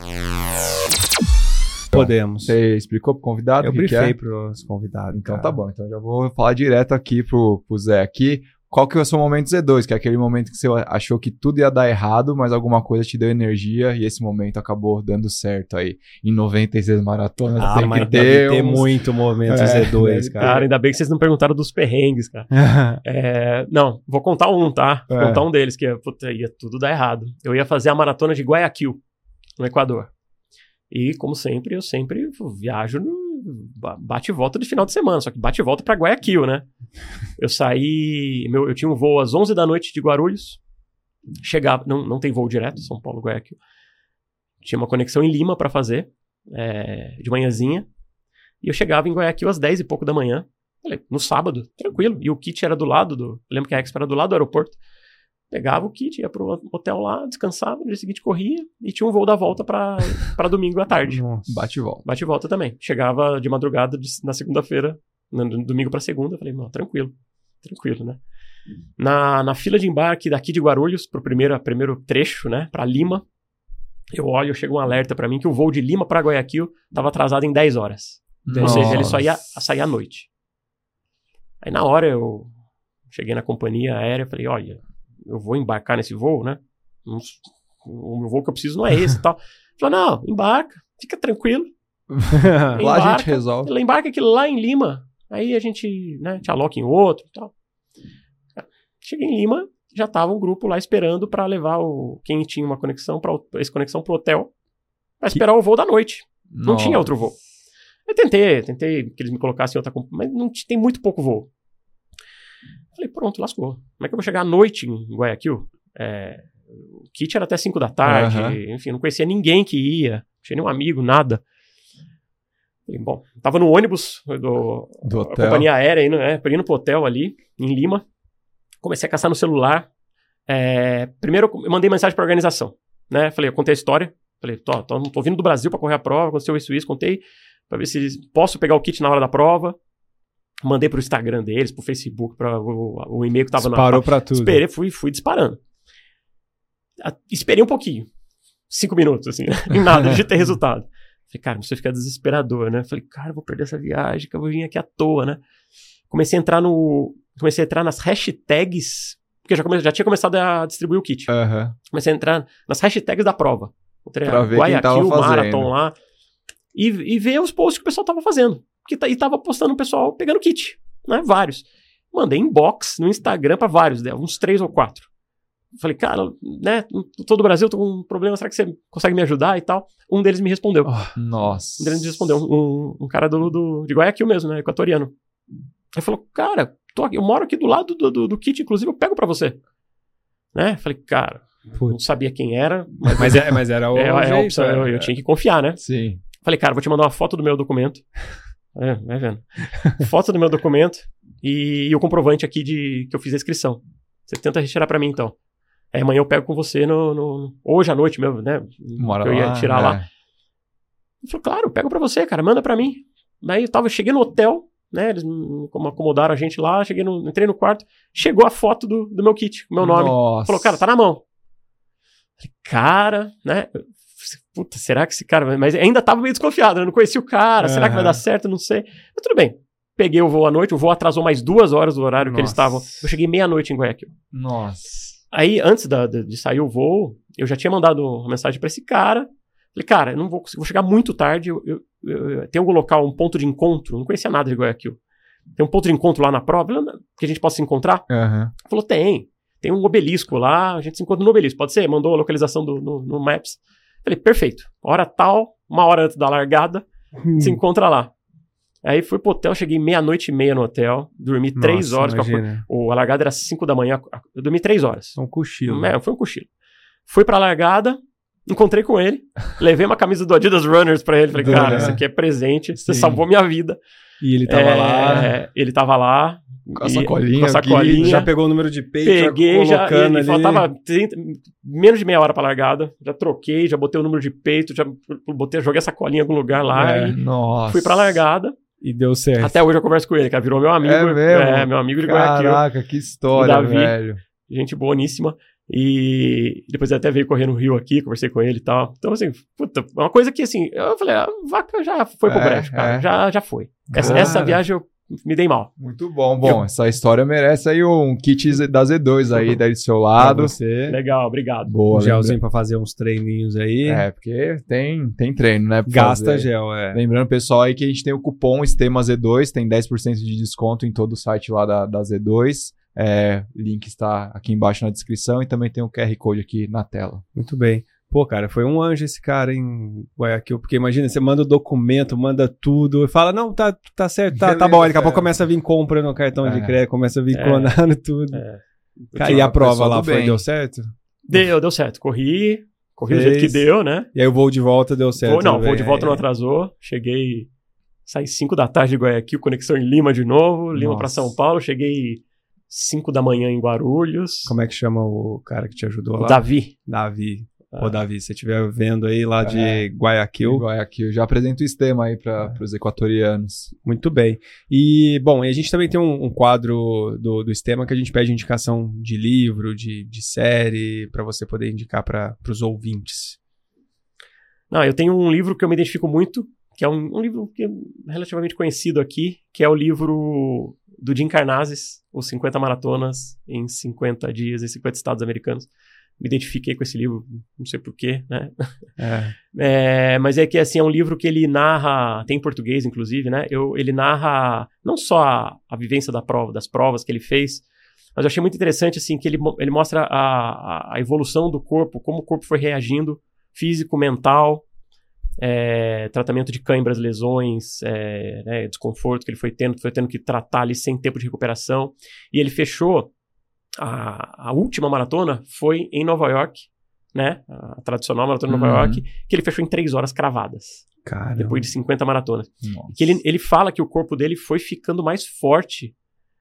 Podemos. Você explicou pro convidado? Eu briefei pros convidados. Então tá bom, então já vou falar direto aqui pro Zé aqui. Qual que é o seu momento Z2? Que é aquele momento que você achou que tudo ia dar errado, mas alguma coisa te deu energia e esse momento acabou dando certo aí. Em 96 maratonas tem que ter muito momento Z2, cara. Cara, ainda bem que vocês não perguntaram dos perrengues, cara. Não, vou contar um, tá? Vou contar um deles, que ia tudo dar errado. Eu ia fazer a maratona de Guayaquil, no Equador. E, como sempre, eu sempre viajo no bate e volta de final de semana, só que bate e volta pra Guayaquil, né? Eu saí... eu tinha um voo às 11 da noite de Guarulhos, chegava... Não tem voo direto, São Paulo, Guayaquil. Tinha uma conexão em Lima pra fazer, de manhãzinha, e eu chegava em Guayaquil às 10 e pouco da manhã, falei, no sábado, tranquilo, e o kit era do lado eu lembro que a Expo era do lado do aeroporto, pegava o kit, ia pro hotel lá, descansava, no dia seguinte corria, e tinha um voo da volta pra domingo à tarde. Nossa. Bate e volta. Bate e volta também. Chegava de madrugada na segunda-feira, no domingo pra segunda, falei, não, tranquilo, né? Na fila de embarque daqui de Guarulhos, pro primeiro trecho, né, pra Lima, eu olho, chega um alerta pra mim que o voo de Lima pra Guayaquil tava atrasado em 10 horas. Ou seja, ele só ia sair à noite. Aí na hora eu cheguei na companhia aérea e falei, olha, eu vou embarcar nesse voo, né? O voo que eu preciso não é esse e tal. Falei, não, embarca, fica tranquilo. Lá a gente resolve. Embarca aqui lá em Lima, aí a gente, né, te aloca em outro e tal. Cheguei em Lima, já tava um grupo lá esperando pra levar quem tinha uma conexão essa conexão pro hotel, pra esperar o voo da noite. Não tinha outro voo. Eu tentei que eles me colocassem em outra companhia, mas não tem muito pouco voo. Falei, pronto, lascou. Como é que eu vou chegar à noite em Guayaquil? O kit era até 5 da tarde, enfim, não conhecia ninguém que ia, não tinha nenhum amigo, nada. Falei, bom, tava no ônibus do hotel. Companhia aérea, indo pro hotel ali, em Lima. Comecei a caçar no celular. Primeiro eu mandei mensagem pra organização, né? Falei, eu contei a história. Falei, tô vindo do Brasil pra correr a prova, aconteceu isso, contei, pra ver se posso pegar o kit na hora da prova. Mandei pro Instagram deles, pro Facebook, para o e-mail que tava Disparou pra tudo. Esperei, fui disparando. Esperei um pouquinho. 5 minutos, assim, em nada, de ter resultado. Falei, cara, você fica desesperador, né? Falei, cara, vou perder essa viagem, que eu vou vir aqui à toa, né? Comecei a entrar nas hashtags, porque eu já tinha começado a distribuir o kit. Comecei a entrar nas hashtags da prova. Pra ver quem tava fazendo. Marathon lá. E ver os posts que o pessoal tava fazendo. E tava postando o pessoal pegando kit, né? Vários. Mandei inbox no Instagram pra vários, uns 3 ou 4. Falei, cara, né? Todo o Brasil, tô com um problema, será que você consegue me ajudar e tal? Um deles me respondeu. Nossa. Um deles me respondeu, um cara de Guayaquil mesmo, né? Equatoriano. Ele falou, cara, eu moro aqui do lado do kit, inclusive eu pego pra você. Né? Falei, cara, não sabia quem era. Mas era o jeito, eu tinha que confiar, né? Sim. Falei, cara, vou te mandar uma foto do meu documento. Vai vendo. Foto do meu documento e o comprovante aqui que eu fiz a inscrição. Você tenta retirar pra mim, então. Amanhã eu pego com você hoje à noite mesmo, né? Mora que eu ia tirar lá. Ele falou, claro, eu pego pra você, cara, manda pra mim. Daí eu cheguei no hotel, né? Eles acomodaram a gente lá, entrei no quarto, chegou a foto do meu kit, o meu nome. Nossa. Falou, cara, tá na mão. Falei, cara, né? Puta, será que esse cara... Mas ainda tava meio desconfiado, né? Não conhecia o cara, será que vai dar certo? Não sei. Mas tudo bem. Peguei o voo à noite, o voo atrasou mais 2 horas do horário que eles estavam. Eu cheguei meia-noite em Guayaquil. Nossa. Aí, antes de sair o voo, eu já tinha mandado uma mensagem pra esse cara. Falei, cara, eu não vou conseguir, vou chegar muito tarde. Tem algum local, um ponto de encontro? Eu não conhecia nada de Guayaquil. Tem um ponto de encontro lá na prova que a gente possa se encontrar? Ele falou, tem um obelisco lá, a gente se encontra no obelisco. Pode ser? Mandou a localização no Maps. Falei, perfeito. Hora tal, 1 hora antes da largada, se encontra lá. Aí fui pro hotel, cheguei 00:30 no hotel, dormi 3 horas. A largada era 5 da manhã, eu dormi 3 horas. Um cochilo. Foi um cochilo. Fui pra largada, encontrei com ele, levei uma camisa do Adidas Runners pra ele. Falei, cara, isso aqui é presente, você salvou minha vida. E ele tava lá. Ele tava lá. Com a sacolinha. Já pegou o número de peito, peguei, já colocando ali. Faltava menos de meia hora pra largada. Já troquei, já botei o número de peito, joguei a sacolinha em algum lugar lá e fui pra largada. E deu certo. Até hoje eu converso com ele, cara. Virou meu amigo. Meu amigo de Guayaquil. Caraca, que história, Davi, velho. Gente boníssima. E depois ele até veio correr no Rio aqui, conversei com ele e tal. Então, assim, puta, uma coisa que, assim, eu falei, a vaca já foi pro brejo, cara. Já foi. Essa viagem eu me dei mal. Muito bom. Bom, essa história merece aí um kit da Z2 aí, daí do seu lado. Você. Legal, obrigado. Boa, um gelzinho pra fazer uns treininhos aí. Porque tem treino, né? Gasta fazer. Gel, Lembrando, pessoal, aí que a gente tem o cupom Estema Z2, tem 10% de desconto em todo o site lá da Z2. Link está aqui embaixo na descrição e também tem o QR Code aqui na tela. Muito bem. Pô, cara, foi um anjo esse cara em Guayaquil, porque imagina, você manda o documento, manda tudo, e fala, não, tá certo, tá bom, daqui a pouco começa a vir compra no cartão de crédito, começa a vir clonando tudo. Cara, e a prova lá deu certo? Deu certo, corri do jeito que deu, né? E aí o voo de volta deu certo. O voo de volta não atrasou, saí 5 da tarde de Guayaquil, conexão em Lima de novo, Lima pra São Paulo, cheguei 5 da manhã em Guarulhos. Como é que chama o cara que te ajudou lá? Davi. Pô, Davi, se você estiver vendo aí lá de Guayaquil. Já apresento o sistema aí para os equatorianos. Muito bem. E, bom, a gente também tem um quadro do sistema que a gente pede indicação de livro, de série, para você poder indicar para os ouvintes. Não, eu tenho um livro que eu me identifico muito, que é um livro que é relativamente conhecido aqui, que é o livro do Jim Karnazes, Os 50 Maratonas em 50 Dias em 50 Estados Americanos. Me identifiquei com esse livro, não sei porquê, né? Mas é que, assim, é um livro que ele narra, tem em português, inclusive, né? Ele narra não só a vivência das provas que ele fez, mas eu achei muito interessante, assim, que ele mostra a evolução do corpo, como o corpo foi reagindo, físico, mental, tratamento de cãibras, lesões, desconforto que ele foi tendo que tratar ali sem tempo de recuperação. E ele fechou a última maratona foi em Nova York, né? A tradicional maratona de Nova York, que ele fechou em 3 horas cravadas. Caramba. Depois de 50 maratonas. Que ele fala que o corpo dele foi ficando mais forte.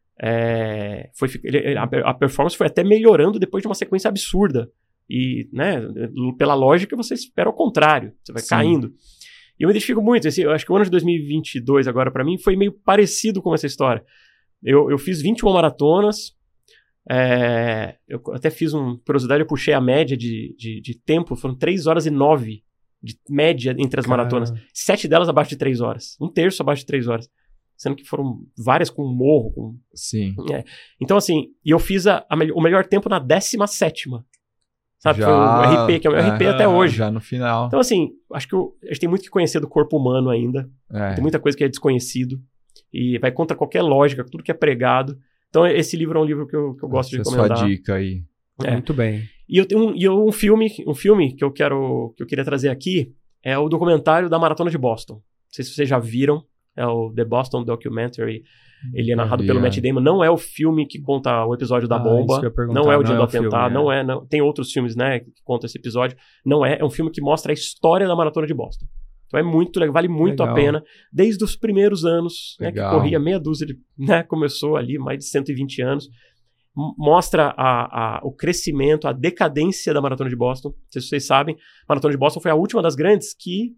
A performance foi até melhorando depois de uma sequência absurda. E, né, pela lógica, você espera o contrário. Você vai caindo. E eu me identifico muito. Eu acho que o ano de 2022 agora, pra mim, foi meio parecido com essa história. Eu fiz 21 maratonas. Eu até fiz curiosidade, eu puxei a média de tempo, foram 3 horas e 9 de média entre as maratonas. 7 delas abaixo de 3 horas. 1/3 abaixo de 3 horas. Sendo que foram várias com morro. Sim. Então, assim, e eu fiz o melhor tempo na 17ª. Sabe? Já, foi o RP, que é o meu RP até hoje. Já no final. Então, assim, acho que a gente tem muito que conhecer do corpo humano ainda. Tem muita coisa que é desconhecido. E vai contra qualquer lógica, tudo que é pregado. Então, esse livro é um livro que eu gosto de recomendar. Essa é a sua dica aí. Muito bem. E eu tenho um filme que eu queria trazer aqui, é o documentário da Maratona de Boston. Não sei se vocês já viram, é o The Boston Documentary. Ele é narrado pelo Matt Damon. Não é o filme que conta o episódio da bomba. Não é o dia do atentado. Não, tem outros filmes, né, que contam esse episódio. Não é. É um filme que mostra a história da Maratona de Boston. Então é muito legal, vale muito a pena. Desde os primeiros anos, né, que corria meia dúzia, começou ali, mais de 120 anos. Mostra o crescimento, a decadência da Maratona de Boston. Não sei se vocês sabem, a Maratona de Boston foi a última das grandes que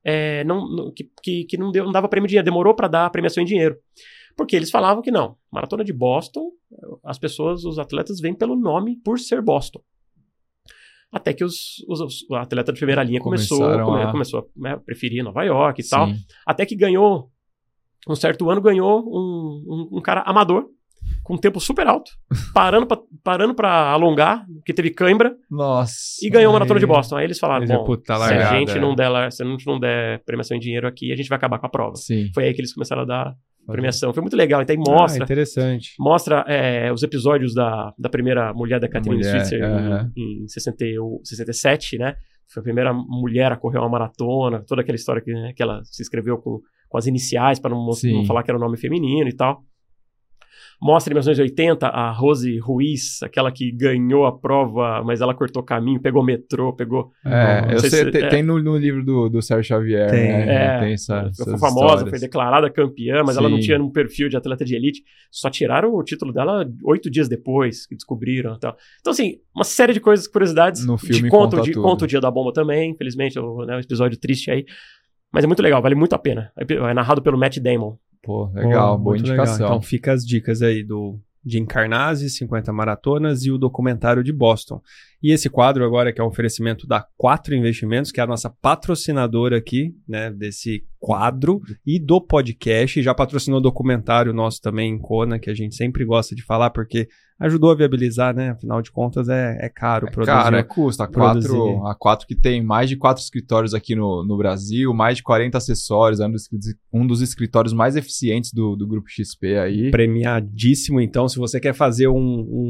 não dava prêmio em dinheiro, demorou para dar a premiação em dinheiro. Porque eles falavam que não, Maratona de Boston, os atletas vêm pelo nome por ser Boston. Até que o atleta de primeira linha começou a preferir Nova York e tal. Até que um certo ano ganhou um cara amador, com um tempo super alto, parando pra alongar, porque teve cãibra. Nossa. E ganhou a Maratona de Boston. Aí eles falaram, se a gente não der premiação em dinheiro aqui, a gente vai acabar com a prova. Sim. Foi aí que eles começaram a dar premiação. Foi muito legal. Então aí mostra... interessante. Mostra os episódios da primeira mulher da Catherine Switzer em 67, né? Foi a primeira mulher a correr uma maratona, toda aquela história que ela se inscreveu com as iniciais para não falar que era o nome feminino e tal. Mostra em 1980 a Rose Ruiz, aquela que ganhou a prova, mas ela cortou caminho, pegou metrô, pegou... tem no livro do Sérgio Xavier, tem essa foi famosa, foi declarada campeã, mas ela não tinha um perfil de atleta de elite. Só tiraram o título dela 8 dias depois, que descobriram e tal. Então, assim, uma série de coisas, curiosidades. No filme conta o dia da bomba também, infelizmente, um episódio triste aí. Mas é muito legal, vale muito a pena. É narrado pelo Matt Damon. Pô, legal, boa indicação. Legal. Então fica as dicas aí do Jim Karnazes, 50 maratonas e o documentário de Boston. E esse quadro agora que é um oferecimento da 4 Investimentos, que é a nossa patrocinadora aqui, né, desse quadro e do podcast. Já patrocinou o documentário nosso também em Kona, que a gente sempre gosta de falar, porque ajudou a viabilizar, né? Afinal de contas, é caro produzir. Cara, custa. A 4 que tem mais de 4 escritórios aqui no Brasil, mais de 40 acessórios, é um dos escritórios mais eficientes do Grupo XP aí. Premiadíssimo, então, se você quer fazer um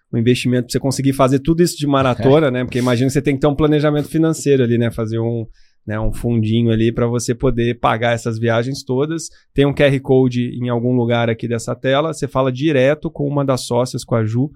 um investimento para você conseguir fazer tudo isso de maratona, né? Porque imagina que você tem que ter um planejamento financeiro ali, né? Fazer um fundinho ali para você poder pagar essas viagens todas. Tem um QR Code em algum lugar aqui dessa tela, você fala direto com uma das sócias, com a Ju,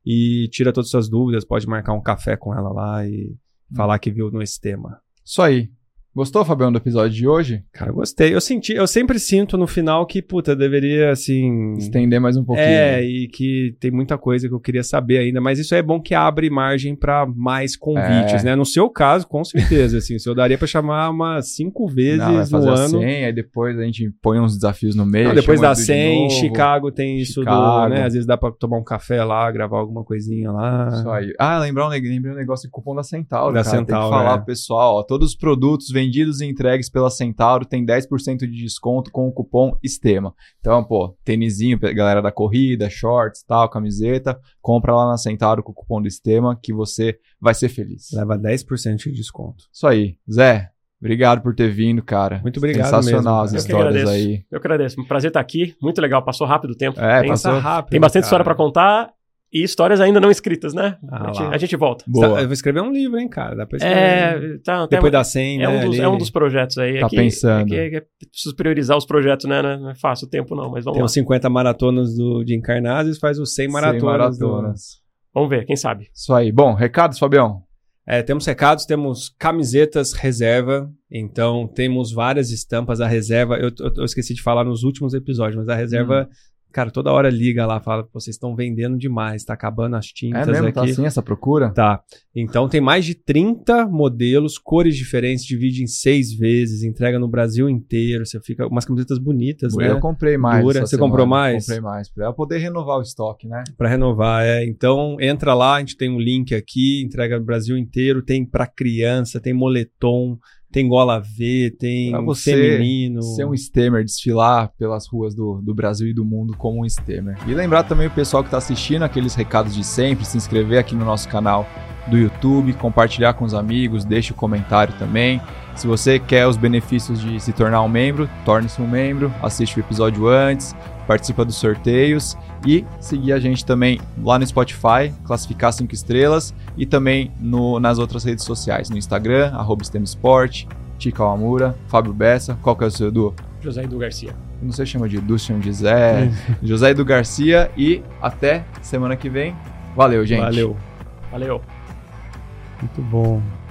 e tira todas as suas dúvidas, pode marcar um café com ela lá e falar que viu no Estema. Isso aí. Gostou, Fabião, do episódio de hoje? Cara, gostei. Eu sempre sinto no final que, deveria, assim... estender mais um pouquinho. E que tem muita coisa que eu queria saber ainda, mas isso é bom que abre margem para mais convites, né? No seu caso, com certeza, assim, eu daria para chamar umas 5 vezes no ano. 100, aí depois a gente põe uns desafios no meio. Depois da 100, Chicago tem isso né? Às vezes dá para tomar um café lá, gravar alguma coisinha lá. Isso aí. lembrei um negócio de cupom da Centauro, da cara. Centauro, tem que falar pro pessoal, ó, todos os produtos vendidos e entregues pela Centauro tem 10% de desconto com o cupom Estema. Então, tênisinho, galera da corrida, shorts, tal, camiseta, compra lá na Centauro com o cupom do Estema que você vai ser feliz. Leva 10% de desconto. Isso aí. Zé, obrigado por ter vindo, cara. Muito obrigado. Sensacional mesmo, as histórias aí. Eu que agradeço. Um prazer estar aqui. Muito legal. Passou rápido o tempo. Passou rápido. Tem bastante história para contar. E histórias ainda não escritas, né? A gente volta. Boa. Eu vou escrever um livro, hein, cara? Dá pra escrever. Depois da 100, é um dos projetos aí. Tá pensando. Preciso priorizar os projetos, né? Não é fácil o tempo, não, mas vamos lá. Tem uns 50 maratonas de Encarnados e faz os 100 maratonas. Vamos ver, quem sabe. Isso aí. Bom, recados, Fabião? Temos recados, temos camisetas reserva, então temos várias estampas. A reserva, eu esqueci de falar nos últimos episódios, mas a reserva... Cara, toda hora liga lá, fala, vocês estão vendendo demais, tá acabando as tintas mesmo? aqui. Tá assim essa procura? Tá. Então tem mais de 30 modelos, cores diferentes, divide em 6 vezes, entrega no Brasil inteiro, você fica umas camisetas bonitas, né? Eu comprei mais. Você comprou mais? Comprei mais, pra poder renovar o estoque, né? Pra renovar, Então entra lá, a gente tem um link aqui, entrega no Brasil inteiro, tem pra criança, tem moletom, tem gola V, tem feminino. Ser um Stemer, desfilar pelas ruas do Brasil e do mundo como um Stemer. E lembrar também o pessoal que está assistindo aqueles recados de sempre, se inscrever aqui no nosso canal do YouTube, compartilhar com os amigos, deixe o comentário também. Se você quer os benefícios de se tornar um membro, torne-se um membro, assiste o episódio antes, participa dos sorteios e seguir a gente também lá no Spotify, classificar 5 estrelas e também nas outras redes sociais, no Instagram, @StemSport, Tica Awamura, Fábio Bessa, qual que é o seu, Edu? José Edu Garcia. Eu não sei, chama de Edu, chama de Zé, José Edu Garcia e até semana que vem. Valeu, gente. Valeu. Valeu. Muito bom.